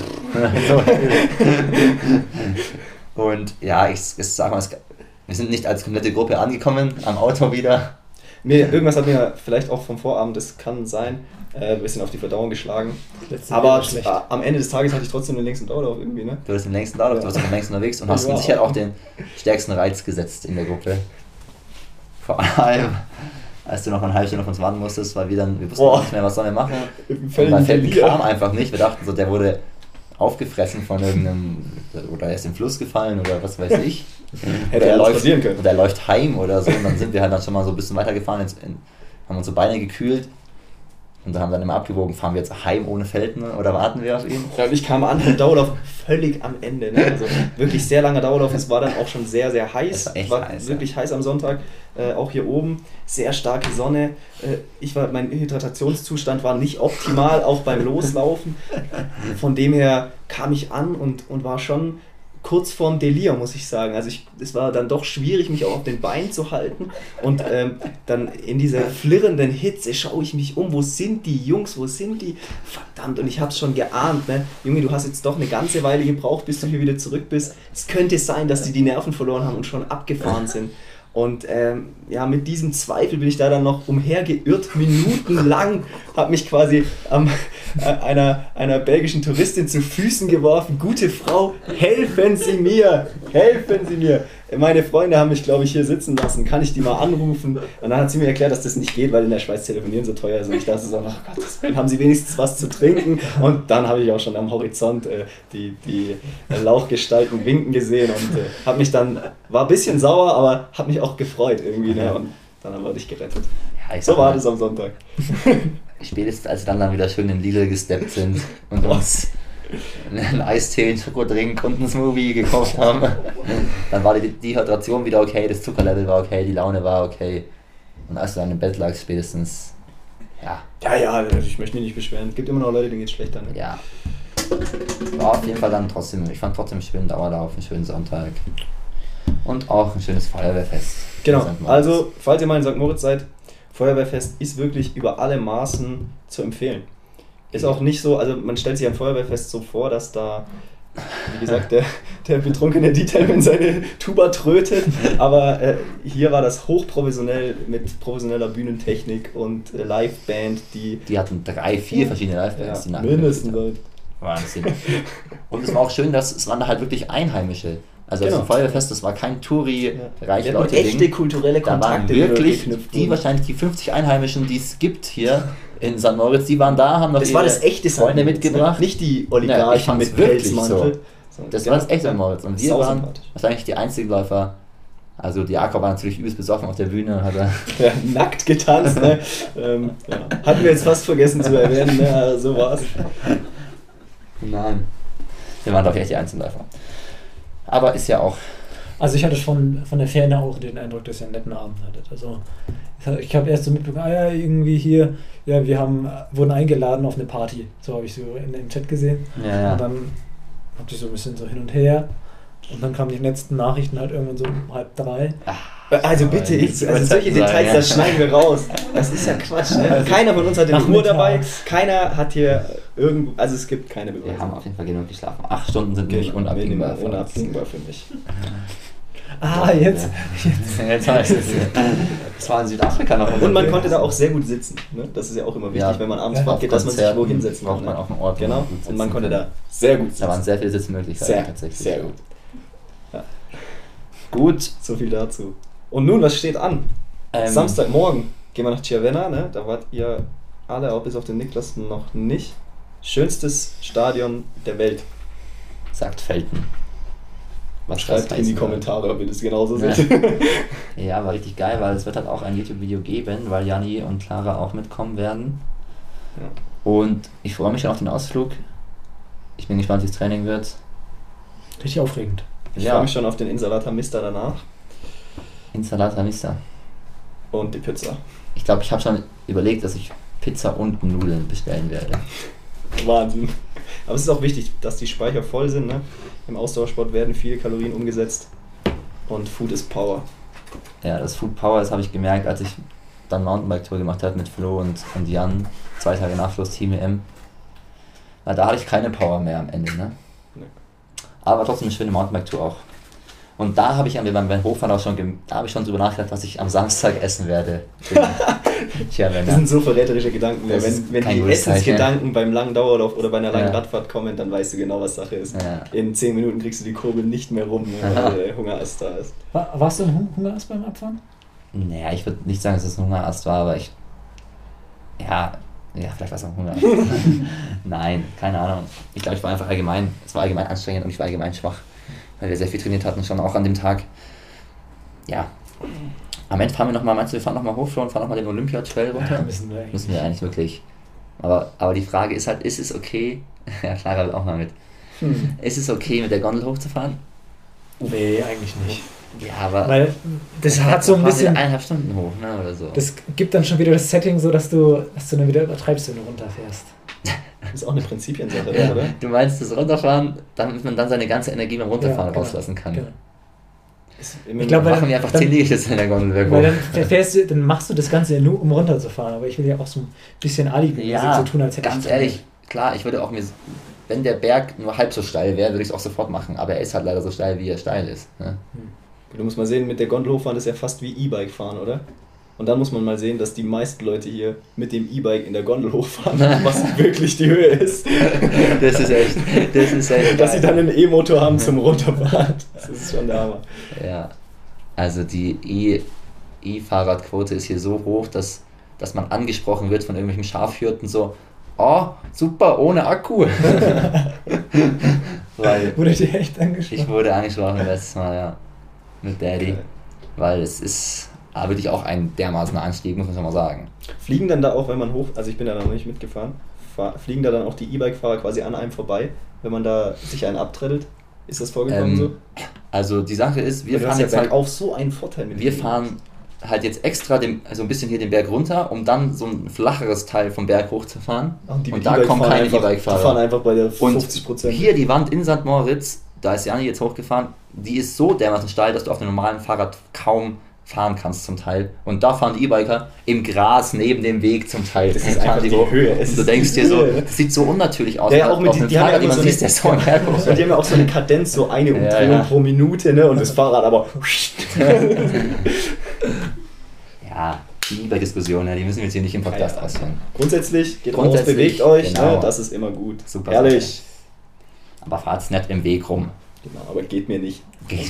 so. Und ja, ich, ich sag mal, es, wir sind nicht als komplette Gruppe angekommen am Auto wieder. Mir, irgendwas hat mir vielleicht auch vom Vorabend, das kann sein, äh, ein bisschen auf die Verdauung geschlagen. Letzte Aber Bier schlecht. äh, am Ende des Tages hatte ich trotzdem den längsten Dauerlauf irgendwie, ne? Du warst den längsten Dauerlauf, Ja. du warst am längsten unterwegs und Ich hast mit war Sicherheit auch. auch den stärksten Reiz gesetzt in der Gruppe. Vor allem, als du noch eine halbe Stunde auf uns warten musstest, weil wir dann, wir wussten Boah. nicht mehr, was sollen wir machen. Im Und mein Feld Verlier. kam einfach nicht. Wir dachten so, der wurde aufgefressen von irgendeinem, oder er ist im Fluss gefallen oder was weiß ich. Hätte der alles läuft, passieren können. oder er läuft heim oder so. Und dann sind wir halt dann schon mal so ein bisschen weitergefahren, ins, in, haben unsere Beine gekühlt und dann haben wir dann immer abgewogen, fahren wir jetzt heim ohne Felten oder warten wir auf ihn? Ja, und ich kam an, der Dauerlauf völlig am Ende. Ne? Also wirklich sehr langer Dauerlauf. Es war dann auch schon sehr, sehr heiß. Es war echt war heiß, wirklich heiß am Sonntag. Äh, auch hier oben. Sehr starke Sonne. Äh, ich war, mein Hydratationszustand war nicht optimal, auch beim Loslaufen. Von dem her kam ich an und, und war schon kurz vorm Delir, muss ich sagen. Also ich, es war dann doch schwierig, mich auch auf den Beinen zu halten. Und ähm, dann in dieser flirrenden Hitze schaue ich mich um. Wo sind die Jungs? Wo sind die? Verdammt, und ich habe es schon geahnt. Ne? Junge, du hast jetzt doch eine ganze Weile gebraucht, bis du hier wieder zurück bist. Es könnte sein, dass die die Nerven verloren haben und schon abgefahren sind. Und ähm, ja, mit diesem Zweifel bin ich da dann noch umhergeirrt, minutenlang, habe mich quasi ähm, äh, einer, einer belgischen Touristin zu Füßen geworfen. Gute Frau, helfen Sie mir, helfen Sie mir. Meine Freunde haben mich, glaube ich, hier sitzen lassen. Kann ich die mal anrufen? Und dann hat sie mir erklärt, dass das nicht geht, weil in der Schweiz telefonieren so teuer ist. Und ich dachte so, ach Gottes Willen, haben Sie wenigstens was zu trinken? Und dann habe ich auch schon am Horizont äh, die, die äh, Lauchgestalten winken gesehen und äh, habe mich dann, war ein bisschen sauer, aber habe mich auch gefreut irgendwie. Ne? Und dann wurde ich gerettet. Ja, ich So sag war mal, das am Sonntag. spätestens als wir dann, dann wieder schön in Lidl gesteppt sind und uns einen Eistee, einen Schokodrink und einen Smoothie gekauft haben, dann war die Dehydration wieder okay, das Zuckerlevel war okay, die Laune war okay. Und als du dann im Bett lagst, spätestens, ja, Ja, ja, also ich möchte mich nicht beschweren. Es gibt immer noch Leute, denen geht es schlechter. Ne? ja. War auf jeden Fall dann trotzdem, ich fand trotzdem einen schönen Dauerlauf, einen schönen Sonntag. Und auch ein schönes Feuerwehrfest. Genau, in Sankt Moritz. also falls ihr mal in Sankt Moritz seid, Feuerwehrfest ist wirklich über alle Maßen zu empfehlen. Ist auch nicht so, also man stellt sich ein Feuerwehrfest so vor, dass da, wie gesagt, der, der betrunkene Dieter in seine Tuba trötet, aber äh, hier war das hochprofessionell mit professioneller Bühnentechnik und äh, Liveband, die Die hatten drei, vier verschiedene Live-Bands, die ja, nachher mindestens gespielt Leute. haben. Wahnsinn. Und es war auch schön, dass es waren da halt wirklich Einheimische. Also Genau. das Feuerwehrfest, das war kein Touri, Ja. reiche Wir hatten Leute echte kulturelle Da waren Kontakte, die wirklich geknüpft die wurden. wahrscheinlich die fünfzig Einheimischen, die es gibt hier in Sankt Moritz, die waren da, haben noch Das war ihre das echte Freunde Sankt Moritz, mitgebracht. ne? Nicht die Ja, ich Oligarchen fand's mit wirklich Pelzmantel. so. sondern- Das war das echte Sankt Moritz. Und wir Sau waren sympathisch. wahrscheinlich die Einzelläufer. Also die Jakob war natürlich übelst besoffen auf der Bühne. Hat er Ja, nackt getanzt, ne? ähm, ja. Hatten wir jetzt fast vergessen zu erwähnen, ne? So war's. Nein. Wir waren, glaube ich, echt die Einzelläufer. Aber ist ja auch... Also ich hatte von, von der Ferne auch den Eindruck, dass ihr einen netten Abend hattet. Also ich habe erst so mitbekommen, ah ja, irgendwie hier, ja, wir haben, wurden eingeladen auf eine Party. So habe ich so in dem Chat gesehen. Ja, ja. Und dann habt ihr so ein bisschen so hin und her. Und dann kamen die letzten Nachrichten halt irgendwann so um halb drei. Also bitte, ich, also solche Details, ja. Das schneiden wir raus. Das ist ja Quatsch. Ne? Keiner von uns hat eine Uhr dabei. Keiner hat hier irgendwo, also es gibt keine Beweise. Wir haben auf jeden Fall genug geschlafen. Acht Stunden sind nämlich unabdingbar. Unabdingbar für mich. Ah, jetzt. Jetzt, jetzt heißt es. Das war in Südafrika noch. Und man konnte da auch sehr gut sitzen. Ne? Das ist ja auch immer wichtig, ja, wenn man abends ja, geht, dass man sich wo hinsetzen kann. Braucht man auch einen Ort, genau. Und man konnte da sehr gut sitzen. Da waren sehr viele Sitzmöglichkeiten sehr, tatsächlich. Sehr gut. Ja. Gut. So viel dazu. Und nun, was steht an? Ähm, Samstagmorgen gehen wir nach Chiavenna, ne? Da wart ihr alle, auch bis auf den Niklas, noch nicht. Schönstes Stadion der Welt. Sagt Felten. Was schreibt in die Kommentare, ob ihr das genauso seht. Ja, war richtig geil, weil es wird halt auch ein YouTube-Video geben, weil Janni und Clara auch mitkommen werden. Ja. Und ich freue mich schon auf den Ausflug. Ich bin gespannt, wie das Training wird. Richtig aufregend. Ich ja. freue mich schon auf den Insalata Mista danach. Insalata Mista. Und die Pizza. Ich glaube, ich habe schon überlegt, dass ich Pizza und Nudeln bestellen werde. Wahnsinn. Aber es ist auch wichtig, dass die Speicher voll sind. Ne? Im Ausdauersport werden viele Kalorien umgesetzt. Und Food is Power. Ja, das Food Power, das habe ich gemerkt, als ich dann Mountainbike-Tour gemacht habe mit Flo und, und Jan. Zwei Tage nach Flos Team E M. Weil da hatte ich keine Power mehr am Ende. Ne? Nee. Aber trotzdem eine schöne Mountainbike-Tour auch. Und da habe ich beim, beim Hochfahren auch schon, da habe ich schon drüber nachgedacht, was ich am Samstag essen werde. Tja, wenn, das sind so verräterische Gedanken. Wenn, wenn die Essensgedanken ja. beim langen Dauerlauf oder bei einer langen ja. Radfahrt kommen, dann weißt du genau, was Sache ist. Ja. In zehn Minuten kriegst du die Kurbel nicht mehr rum, weil der Hungerast da ist. War, warst du ein Hungerast beim Abfahren? Naja, ich würde nicht sagen, dass es ein Hungerast war, aber ich... Ja, ja vielleicht war es auch ein Hungerast. Nein, keine Ahnung. Ich glaube, ich war einfach allgemein, es war allgemein anstrengend und ich war allgemein schwach. Weil wir sehr viel trainiert hatten, schon auch an dem Tag. Ja. Am Ende fahren wir nochmal, meinst du, wir fahren nochmal hoch und fahren nochmal den Olympia-Trail runter? Ja, müssen wir eigentlich. Müssen wir eigentlich wirklich. Aber, aber die Frage ist halt, ist es okay, ja Clara will auch mal mit, hm. ist es okay, mit der Gondel hochzufahren? Nee, eigentlich nicht. Ja, aber... Weil das hat so ein bisschen... eineinhalb Stunden hoch, ne, oder so. Das gibt dann schon wieder das Setting so, dass du, dass du dann wieder übertreibst, wenn du runterfährst. Das ist auch eine Prinzipiensache, ja, oder? Du meinst das Runterfahren, damit man dann seine ganze Energie beim Runterfahren ja, genau, rauslassen kann. Genau. Ich glaube, machen wir einfach zehn Liegestütze in der Gondel. Weil dann, fährst du, dann machst du das Ganze nur, um runterzufahren. Aber ich will ja auch so ein bisschen Alibi ja, so tun, als hätte ganz ich ehrlich, klar, ich würde auch mir, wenn der Berg nur halb so steil wäre, würde ich es auch sofort machen. Aber er ist halt leider so steil, wie er steil ist. Ne? Hm. Du musst mal sehen, mit der Gondel hochfahren ist ja fast wie E-Bike fahren, oder? Und dann muss man mal sehen, dass die meisten Leute hier mit dem E-Bike in der Gondel hochfahren, was wirklich die Höhe ist. Das ist echt, das ist echt dass geil. Sie dann einen E-Motor haben zum Runterfahren. Das ist schon der Hammer. Ja, also die E- E-Fahrradquote ist hier so hoch, dass, dass man angesprochen wird von irgendwelchen Schafhirten so, oh, super, ohne Akku. Weil wurde dir echt angesprochen? Ich wurde angesprochen letztes Mal, ja, mit Daddy, okay. Weil es ist... Aber wirklich auch ein dermaßen Anstieg, muss man schon mal sagen. Fliegen dann da auch, wenn man hoch, also ich bin da noch nicht mitgefahren, fahr, fliegen da dann auch die E-Bike-Fahrer quasi an einem vorbei, wenn man da sich einen abtreddelt? Ist das vorgekommen ähm, so? Also die Sache ist, wir Weil fahren jetzt halt auf so einen Vorteil mit. Wir fahren halt jetzt extra den, also ein bisschen hier den Berg runter, um dann so ein flacheres Teil vom Berg hochzufahren. Und, die und da kommen keine E-Bike-Fahrer. Die fahren einfach bei der fünfzig Prozent. Und hier die Wand in Sankt Moritz, da ist Janni jetzt hochgefahren, die ist so dermaßen steil, dass du auf einem normalen Fahrrad kaum fahren kannst zum Teil. Und da fahren die E-Biker im Gras neben dem Weg zum Teil. Das ist einfach die, die Höhe. Es und du denkst dir so, das sieht so unnatürlich aus. Ja, ja, auch mit die, die haben ja immer so eine, siehst, der so und die haben ja auch so eine Kadenz, so eine Umdrehung ja, ja. pro Minute, ne? Und das Fahrrad aber... Ja, die E-Bike-Diskussion, ja, die müssen wir jetzt hier nicht im Podcast ja, ja. ausführen. Grundsätzlich, geht Grundsätzlich, raus, bewegt euch, genau. ne? Das ist immer gut. Super. Ehrlich. Aber fahrt's nicht im Weg rum. Genau, aber geht mir nicht. Geht.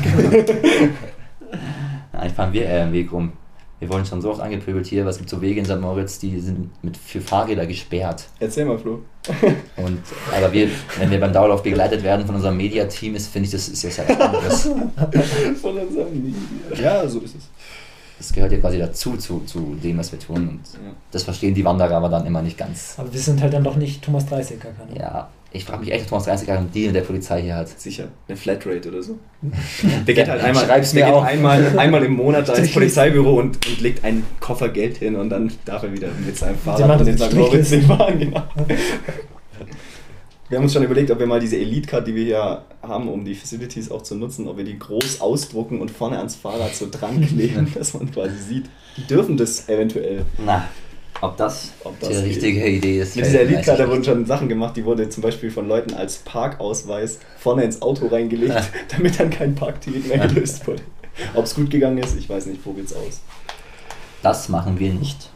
Eigentlich fahren wir eher im Weg rum. Wir wurden schon so oft angepöbelt hier, weil es gibt so Wege in Sankt Moritz, die sind mit für Fahrräder gesperrt. Erzähl mal, Flo. Und, aber wir, wenn wir beim Dauerlauf begleitet werden von unserem Media-Team, ist, finde ich, das ist jetzt halt anderes. Von unserem Media. Ja, so ist es. das gehört ja quasi dazu, zu, zu dem, was wir tun. Und Ja. das verstehen die Wanderer aber dann immer nicht ganz. Aber wir sind halt dann doch nicht Thomas dreißiger, kann ich. Ja, ich frage mich echt, ob Thomas dreißiger einen Deal mit der Polizei hier hat. Sicher, eine Flatrate oder so. Der geht halt einmal, Schreib's der mir geht auf. einmal, einmal im Monat da ins Polizeibüro und, und legt einen Koffer Geld hin und dann darf er wieder mit seinem machen Fahrrad das und den mit Sankt Moritz Strichlisten. fahren. Genau. Wir haben uns schon überlegt, ob wir mal diese Elite-Card, die wir hier haben, um die Facilities auch zu nutzen, ob wir die groß ausdrucken und vorne ans Fahrrad so dran kleben, dass man quasi sieht. Die dürfen das eventuell. Na, ob das, Ob das die geht. richtige Idee ist. Mit dieser weiß ich Elite-Card, da nicht. wurden schon Sachen gemacht, die wurde zum Beispiel von Leuten als Parkausweis vorne ins Auto reingelegt, Ja. damit dann kein Parkticket mehr Ja. gelöst wurde. Ob es gut gegangen ist, ich weiß nicht, probiert's aus. Das machen wir nicht.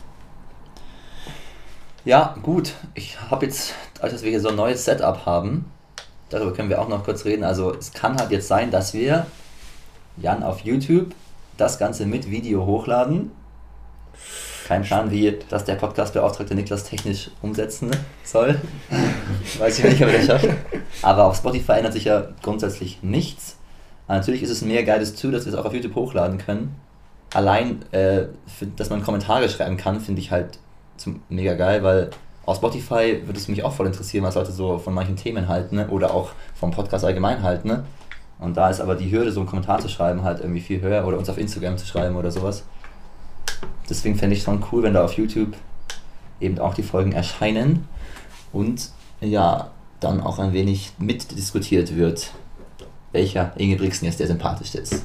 Ja, gut. Ich habe jetzt, als wir hier so ein neues Setup haben, darüber können wir auch noch kurz reden. Also es kann halt jetzt sein, dass wir, Jan, auf YouTube das Ganze mit Video hochladen. Kein Plan, wie das der Podcastbeauftragte Niklas technisch umsetzen soll. Weiß ich nicht, ob er das schafft. Aber auf Spotify ändert sich ja grundsätzlich nichts. Aber natürlich ist es ein mega geiles Tool, dass wir es auch auf YouTube hochladen können. Allein, äh, für, dass man Kommentare schreiben kann, finde ich halt zum, mega geil, weil auf Spotify würde es mich auch voll interessieren, was Leute so von manchen Themen halten, ne? Oder auch vom Podcast allgemein halten. Ne? Und da ist aber die Hürde, so einen Kommentar zu schreiben, halt irgendwie viel höher oder uns auf Instagram zu schreiben oder sowas. Deswegen fände ich es schon cool, wenn da auf YouTube eben auch die Folgen erscheinen und ja, dann auch ein wenig mitdiskutiert wird, welcher Inge Brixen jetzt der sympathischste ist.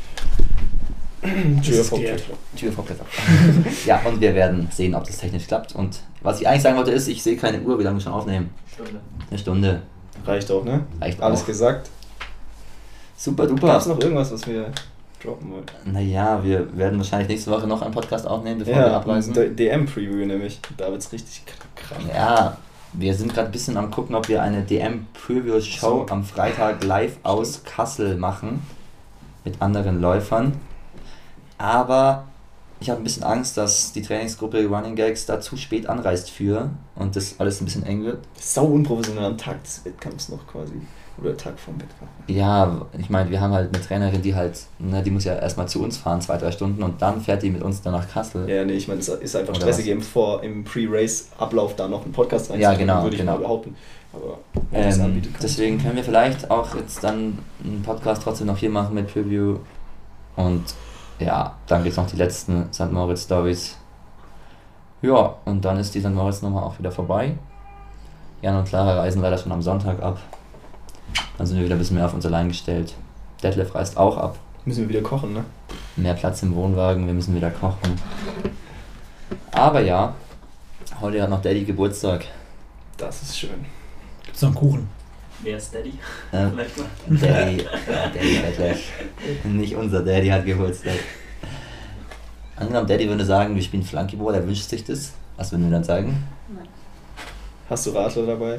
Das ist geehrt. Tür vor Plätze. Ja, und wir werden sehen, ob das technisch klappt. Und was ich eigentlich sagen wollte ist, ich sehe keine Uhr, wie lange wir schon aufnehmen. Stunde. Eine Stunde. Reicht auch, ne? Reicht Alles auch. gesagt. Super Gab duper. es noch irgendwas, was wir droppen wollten? Naja, wir werden wahrscheinlich nächste Woche noch einen Podcast aufnehmen, bevor wir Ja, abreisen. D- D M-Preview nämlich. Da wird's richtig krank. Ja, wir sind gerade ein bisschen am gucken, ob wir eine D M-Preview-Show So. am Freitag live aus Kassel machen. Mit anderen Läufern. Aber ich habe ein bisschen Angst, dass die Trainingsgruppe Running Gags da zu spät anreist für und das alles ein bisschen eng wird. Sau unprofessionell am Tag des Wettkampfs noch quasi. Oder Tag vom Wettkampf. Ja, ich meine, wir haben halt eine Trainerin, die halt, ne, die muss ja erstmal zu uns fahren, zwei, drei Stunden und dann fährt die mit uns dann nach Kassel. Ja, nee, ich meine, es ist einfach Oder stressig, was? im, Vor-, im Pre-Race-Ablauf da noch einen Podcast Ja, reinzunehmen, genau, würde ich genau. mal behaupten. Aber wenn das Ähm, anbieten kann. deswegen können wir vielleicht auch jetzt dann einen Podcast trotzdem noch hier machen mit Preview. Und ja, dann gibt es noch die letzten Sankt Moritz Stories. Ja, und dann ist die Sankt Moritz Nummer auch wieder vorbei. Jan und Clara reisen leider schon am Sonntag ab. Dann sind wir wieder ein bisschen mehr auf uns allein gestellt. Detlef reist auch ab. Müssen wir wieder kochen, ne? Mehr Platz im Wohnwagen, wir müssen wieder kochen. Aber ja, heute hat noch Daddy Geburtstag. Das ist schön. Gibt's noch einen Kuchen? Wer ist Daddy? Äh, Vielleicht mal. Daddy, Daddy Detlef. Nicht unser Daddy hat Geburtstag. Angenommen, Daddy würde sagen, wir spielen Flunkyball, er wünscht sich das. Was würden wir dann sagen? Hast du Radler dabei?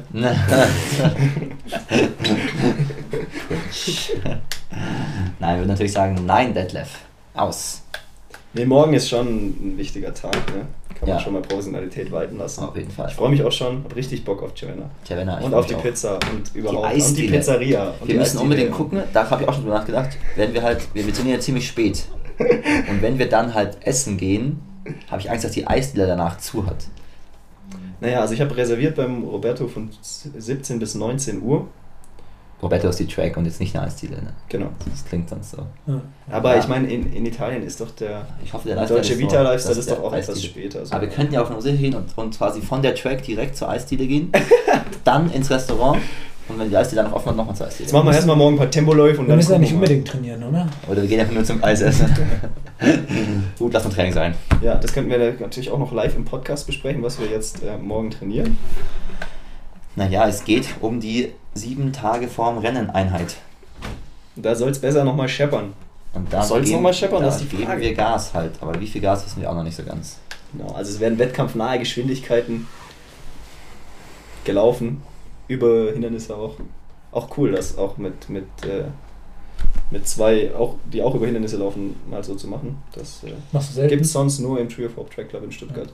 Nein, wir würden natürlich sagen, nein, Detlef. Aus. Ne, morgen ist schon ein wichtiger Tag, ne? Kann Ja. man schon mal Professionalität walten lassen. Auf jeden Fall. Ich freue mich auch schon, hab richtig Bock auf Giovanna. Giovanna, ich Und freu auf mich die auch. Pizza und überhaupt. und die Eisdiele. Pizzeria. Und Wir die müssen Eisdiele. unbedingt gucken, da habe ich auch schon drüber nachgedacht, wenn wir halt, wir, wir trainieren ja ziemlich spät. Und wenn wir dann halt essen gehen, habe ich Angst, dass die Eisdiele danach zu hat. Naja, also ich habe reserviert beim Roberto von siebzehn bis neunzehn Uhr. Roberto ist die Track und jetzt nicht eine Eisdiele, ne? Genau. Das klingt sonst so. Ja. Aber Ja. ich meine, in, in Italien ist doch der, Ich hoffe, der der Lifestyle deutsche ist so, Vita-Lifestyle dass ist doch der auch etwas Eisdiele- später. So. Aber wir könnten ja auch von uns hin und, und quasi von der Track direkt zur Eisdiele gehen, dann ins Restaurant und wenn die Eisdiele dann noch offen hat, nochmal zur Eisdiele. Jetzt machen wir erstmal morgen ein paar Tempoläufe und Wir dann müssen ja gucken nicht wir mal. unbedingt trainieren, oder? Oder wir gehen einfach nur zum Eis essen. Gut, lass mal Training sein. Ja, das könnten wir natürlich auch noch live im Podcast besprechen, was wir jetzt äh, morgen trainieren. Naja, es geht um die sieben Tage vorm Rennen-Einheit. Und da soll es besser nochmal scheppern. Und da Soll's geben- noch mal scheppern? da Das ist die geben Frage. wir Gas halt. Aber wie viel Gas wissen wir auch noch nicht so ganz. Genau, also es werden wettkampfnahe Geschwindigkeiten gelaufen, über Hindernisse auch. Auch cool, das auch mit, mit, äh, mit zwei, auch, die auch über Hindernisse laufen, mal so zu machen. Das äh, Machst du selten? gibt es sonst nur im Trio of Hope Track Club in Stuttgart.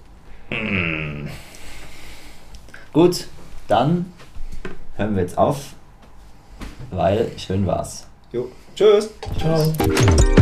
Gut, dann hören wir jetzt auf, weil schön war's. Jo, tschüss! Ciao.